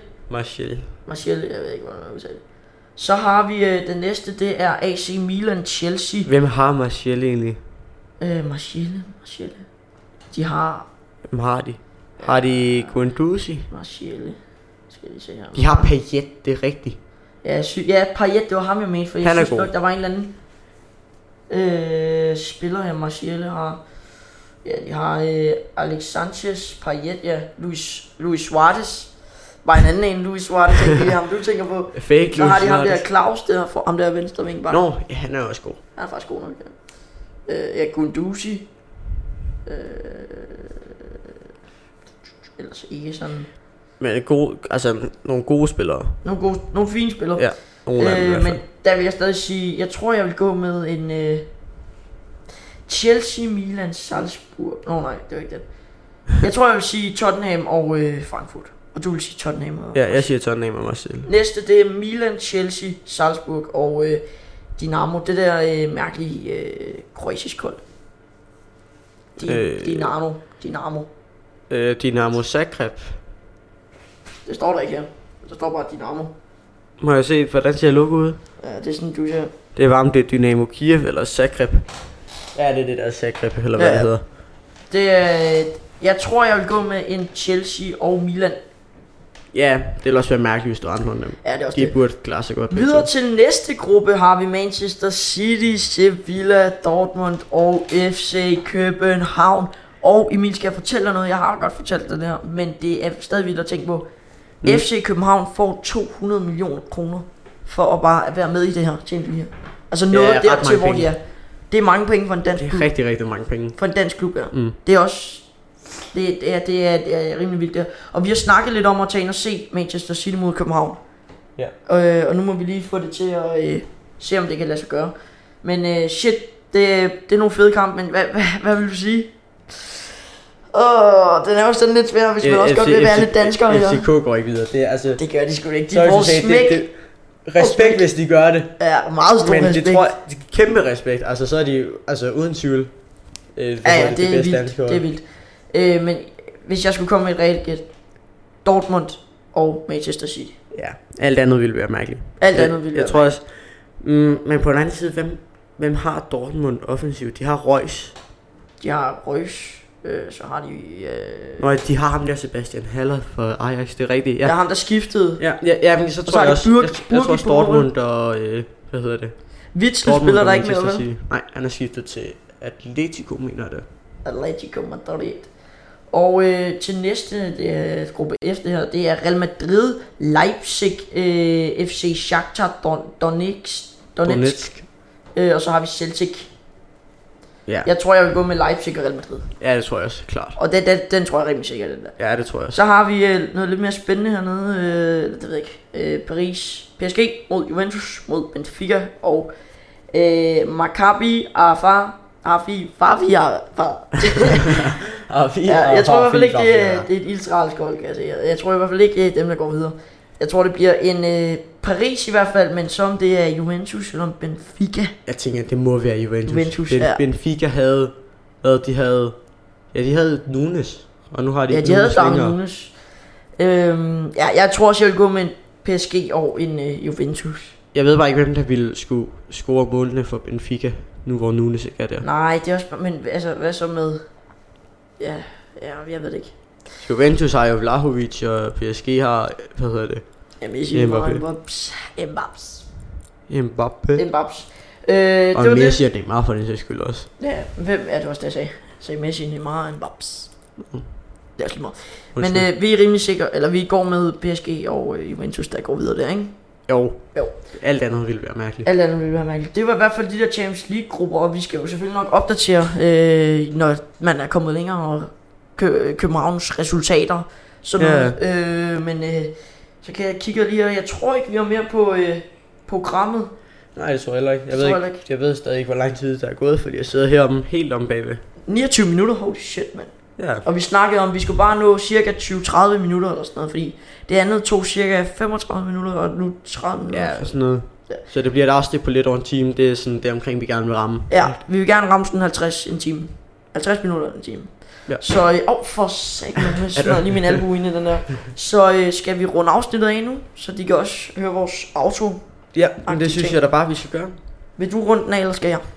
jeg ved ikke, hvordan man udtaler det. Så har vi den næste, det er AC Milan, Chelsea. Hvem har Marseille egentlig? Marseille. De har... Hvem har de? Har de Guendouzi? Marseille. Skal de se her. De har Payet, det er rigtigt. Ja, Payet, det var ham jeg mente, for jeg synes nok, der var en eller anden spiller her, Marseille har. Ja, de har Alex Sanchez, Payet, ja, Luis Suarez. Var en anden en, Luis Suarez, tænker ham du tænker på. Fake så har de ham der Klaus, ham der venstre ving bare. Nå, ja, han er også god. Han er faktisk god nok, ja. Guendouzi. Ellers ikke sådan. Men nogle gode spillere. Nogle fine spillere. Ja, nogle af dem i hvert fald. Men der vil jeg stadig sige, jeg tror jeg vil gå med en Chelsea, Milan, Salzburg. Nej, det var ikke det. Jeg tror jeg vil sige Tottenham og Frankfurt. Og du vil sige Tottenham og... Ja, jeg siger Tottenham og Marseille. Næste det er Milan, Chelsea, Salzburg og Dinamo. Det der mærkelige kroatiske hold. Dinamo. Dinamo Zagreb. Det står der ikke her. Der står bare Dinamo. Må jeg se, hvordan ser logo ud? Ja, det er sådan, du ser. Det er varmt, det er Dynamo Kiev eller Zagreb. Ja, det er det der Zagreb, eller hvad det hedder. Det er... Jeg tror, jeg vil gå med en Chelsea og Milan. Ja, det vil også være mærkeligt, hvis du andre dem. Ja, det er også de burde klare sig godt. Videre til næste gruppe har vi Manchester City, Sevilla, Dortmund og FC København. Og Emil, skal jeg fortælle dig noget? Jeg har godt fortalt dig det her, men det er stadig vildt at tænke på. FC København får 200 millioner kroner for at bare være med i det her Champions League. Altså noget dertil, hvor de er. Det er mange penge for en dansk klub. Det er rigtig, rigtig mange penge. For en dansk klub, ja. Det er også... Det er rimelig vildt der. Og vi har snakket lidt om at tage ind og se Manchester City mod København. Ja. Og nu må vi lige få det til at se, om det kan lade sig gøre. Men shit, det er nogle fede kampe, men hvad vil du sige? Den er jo sådan lidt svær, hvis man også godt vil være lidt danskere. FCK går ikke videre. Det, er, altså, det gør de sgu ikke. De får smæk. Respekt, hvis de gør det. Ja, meget stor respekt. Men det tror jeg, kæmpe respekt. Altså så er de uden tvivl. Det er vildt. Men hvis jeg skulle komme med et reelt gæt, Dortmund og Manchester City. Ja, alt andet ville være mærkeligt. Jeg tror også. Men på den anden side, hvem har Dortmund offensivt? De har Reus. Så har de... de har ham der Sebastian Haller for Ajax, det er rigtigt. Ja. Der er ham der skiftede. Ja, men så tror jeg også, jeg tror også Dortmund og, hvad hedder det? Witsel spiller der ikke mere, vel? Nej, han er skiftet til Atletico, mener det. Atletico Madrid. Og til næste gruppe F det her, det er Real Madrid, Leipzig, FC Shakhtar Donetsk. Og så har vi Celtic. Ja. Jeg tror jeg vil gå med Leipzig og Real Madrid. Ja, det tror jeg også, klart. Og den tror jeg rimelig sikkert, den der. Ja, det tror jeg også. Så har vi noget lidt mere spændende hernede, det ved jeg Paris, PSG mod Juventus, mod Benfica og Maccabi Arfa. Jeg tror i hvert fald ikke det er et israelsk hold, kan jeg sige. Jeg tror i hvert fald ikke det er dem, der går videre. Jeg tror det bliver en Paris i hvert fald, men som det er Juventus eller Benfica. Jeg tænker det må være Juventus. Ja. Benfica havde hvad de havde Nunes, og nu har de de havde Darwin Nunes. Jeg tror også jeg vil gå med en PSG og en Juventus. Jeg ved bare ikke hvem der ville skulle score målene for Benfica nu hvor Nunes ikke er der. Nej, det er også, men altså hvad så med jeg ved det ikke. Juventus har jo Vlahovic, og PSG har hvad hedder det? Mbappé. Og Messi og Neymar for den sags skyld også. Ja, hvem er det også det jeg sagde? Sagde Messi, Neymar og Mbappé. Det er slet meget. Men vi er rimelig sikre, eller vi går med PSG og Juventus, der går videre der, ikke? Jo. Alt andet ville være mærkeligt. Det var i hvert fald de der Champions League grupper, og vi skal jo selvfølgelig nok opdatere, når man er kommet længere, og Københavns resultater. Sådan noget. Men så kan jeg kigge lige, og jeg tror ikke vi har mere på programmet. Nej, det tror jeg heller ikke. Jeg ved stadig ikke hvor lang tid der er gået, fordi jeg sidder her helt om bagved 29 minutter, holy shit mand. Ja. Og vi snakkede om, at vi skulle bare nå cirka 20-30 minutter eller sådan noget, fordi det andet tog cirka 35 minutter, og nu 30 minutter. Ja, sådan noget. Ja. Så det bliver et afsnit på lidt over en time, det er sådan det omkring vi gerne vil ramme. Ja, vi vil gerne ramme sådan 50 minutter en time. Ja. Så for satan, jeg smadrer lige min albue ind i den der. Så skal vi runde afsnittet af nu, så de kan også høre vores auto. Ja, men det synes jeg da bare vi skal gøre. Vil du runde den af, eller skal jeg?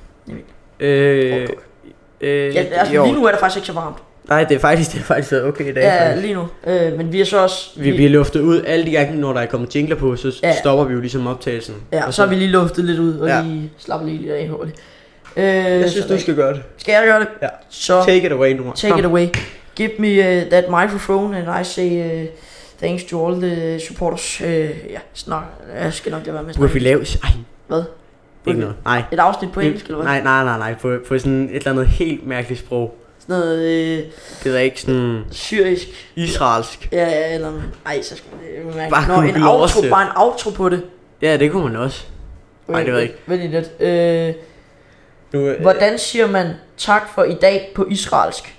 Jo. Lige nu er det faktisk ikke så varmt. Nej, det er faktisk okay i dag. Ja, faktisk. lige nu. Men vi er så også... Vi bliver luftet ud alle de gange, når der er kommet jingler på, så stopper vi jo ligesom optagelsen. Ja, og så har vi lige luftet lidt ud, og lige slappet lige af hurtigt. Jeg synes, du skal gøre det. Skal jeg gøre det? Ja. Så take it away nu. Take it away. Give me that microphone, and I say thanks to all the supporters. Snart. Jeg skal nok lade være med at snakke. Burde vi lave... Hvad? Ikke noget. Nej. Et afsnit på engelsk, eller hvad? Nej. På sådan et eller andet helt mærkeligt sprog. Sådan noget... det er ikke sådan... syrisk. Israelsk. Ja, eller... Ej, så skal det mærke. Bare en outro på det. Ja, det kunne man også. Nej, det ved jeg ikke. Vældig lidt. Hvordan siger man tak for i dag på israelsk?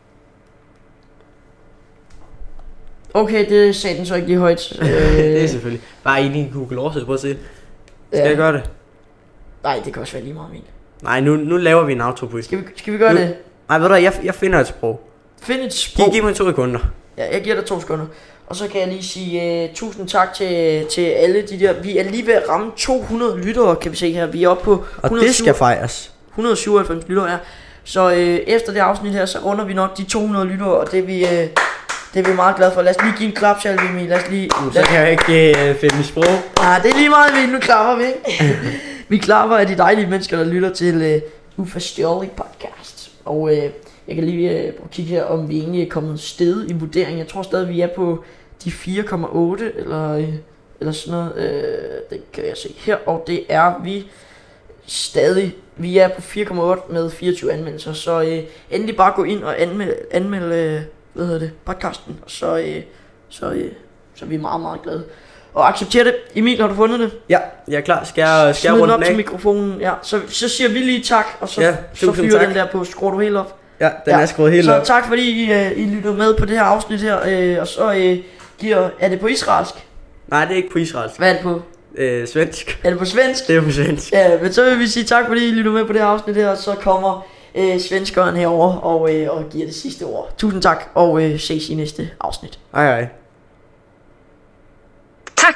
Okay, det sagde den så ikke lige højt. Det er selvfølgelig. Bare ind i Google oversæt, prøv at se. Skal jeg gøre det? Nej, det kan også være lige meget min. Nej, nu laver vi en outro på. Skal vi gøre det? Nej, ved du, jeg finder et sprog. Find et sprog? Giv mig 2 sekunder. Ja, jeg giver dig 2 sekunder. Og så kan jeg lige sige tusind tak til alle de der. Vi er lige ved at ramme 200 lyttere, kan vi se her. Vi er oppe på og det skal fejres. 197 lyttere her. Så efter det afsnit her, så runder vi nok de 200 lyttere, og det er vi meget glade for. Lad os lige give en klap, Emil. Lad os lige... Så kan jeg ikke finde sprog. Nej, det er lige meget, Emil. Nu klapper vi, ikke? Vi klapper af de dejlige mennesker, der lytter til Uforståelig podcast. Og jeg kan lige kigge her, om vi egentlig er kommet sted i vurderingen. Jeg tror stadig, vi er på de 4,8 eller sådan noget. Det kan jeg se her, og det er vi stadig. Vi er på 4,8 med 24 anmeldelser, så endelig bare gå ind og anmelde podcasten, så er vi meget, meget glade. Og acceptere det. Emil, har du fundet det? Ja, jeg er klar. Skal jeg runde op til mikrofonen? Ja, så siger vi lige tak, og så fyrer den der på. Skruer du helt op? Ja, den er skruet helt op. Så tak fordi I lyttede med på det her afsnit her, og så er det på israelsk? Nej, det er ikke på israelsk. Hvad er det på? Svensk. Er det på svensk? Det er på svensk. Ja, men så vil vi sige tak fordi I lyttede med på det her afsnit her, og så kommer svenskeren herover og giver det sidste ord. Tusind tak, og ses i næste afsnit. Hej. Tak.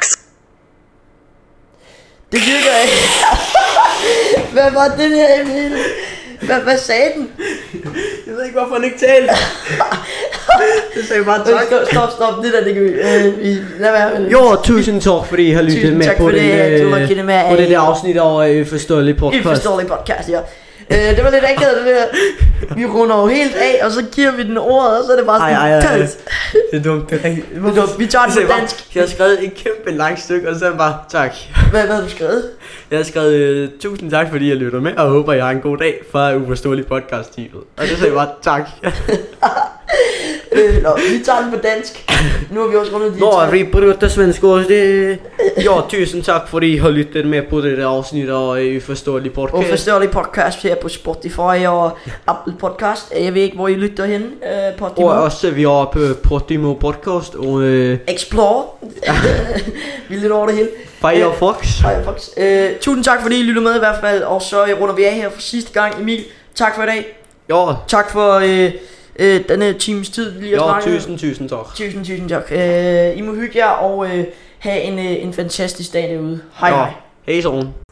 Det virker ikke. Hvad var det der, Emil? Hvad sagde den? Jeg ved ikke hvorfor han ikke talte. Det sagde bare tak. Stop, det der, det kan vi lad være. Jo, tusind tak fordi I har lyttet med på det der afsnit over Uforståelig podcast. Uforståelig podcast, ja. Det var lidt akavet det der. Vi runder jo helt af, og så giver vi den ordet, og så er det bare sådan. Ej. Det er dumt, det er rigtigt. Vi tager det på dansk. Jeg har skrevet et kæmpe langt stykke, og så er det bare tak. Hvad har du skrevet? Jeg har skrevet tusind tak fordi I lytter med, og håber I har en god dag fra Uforståelig podcast-teamet. Og det sagde bare tak. Vi tager den på dansk. Nu har vi også rundet de Nå, vi bruger svensk også. Ja, tusind tak fordi I har lyttet med på det der afsnit og Uforståelig podcast. Uforståelig podcast her på Spotify og Apple Podcast. Jeg ved ikke, hvor I lytter hen. Og også vi er på Podimo podcast og Explore. Vi lytter over det hele. Firefox. Tusind tak fordi I lyttede med i hvert fald. Og så runder vi af her for sidste gang. Emil, tak for i dag. Ja. Tak for denne times tid lige at snakke. Tusind tak. Tusind tak. I må hygge jer og have en fantastisk dag derude. Hej hej. Hej sådan.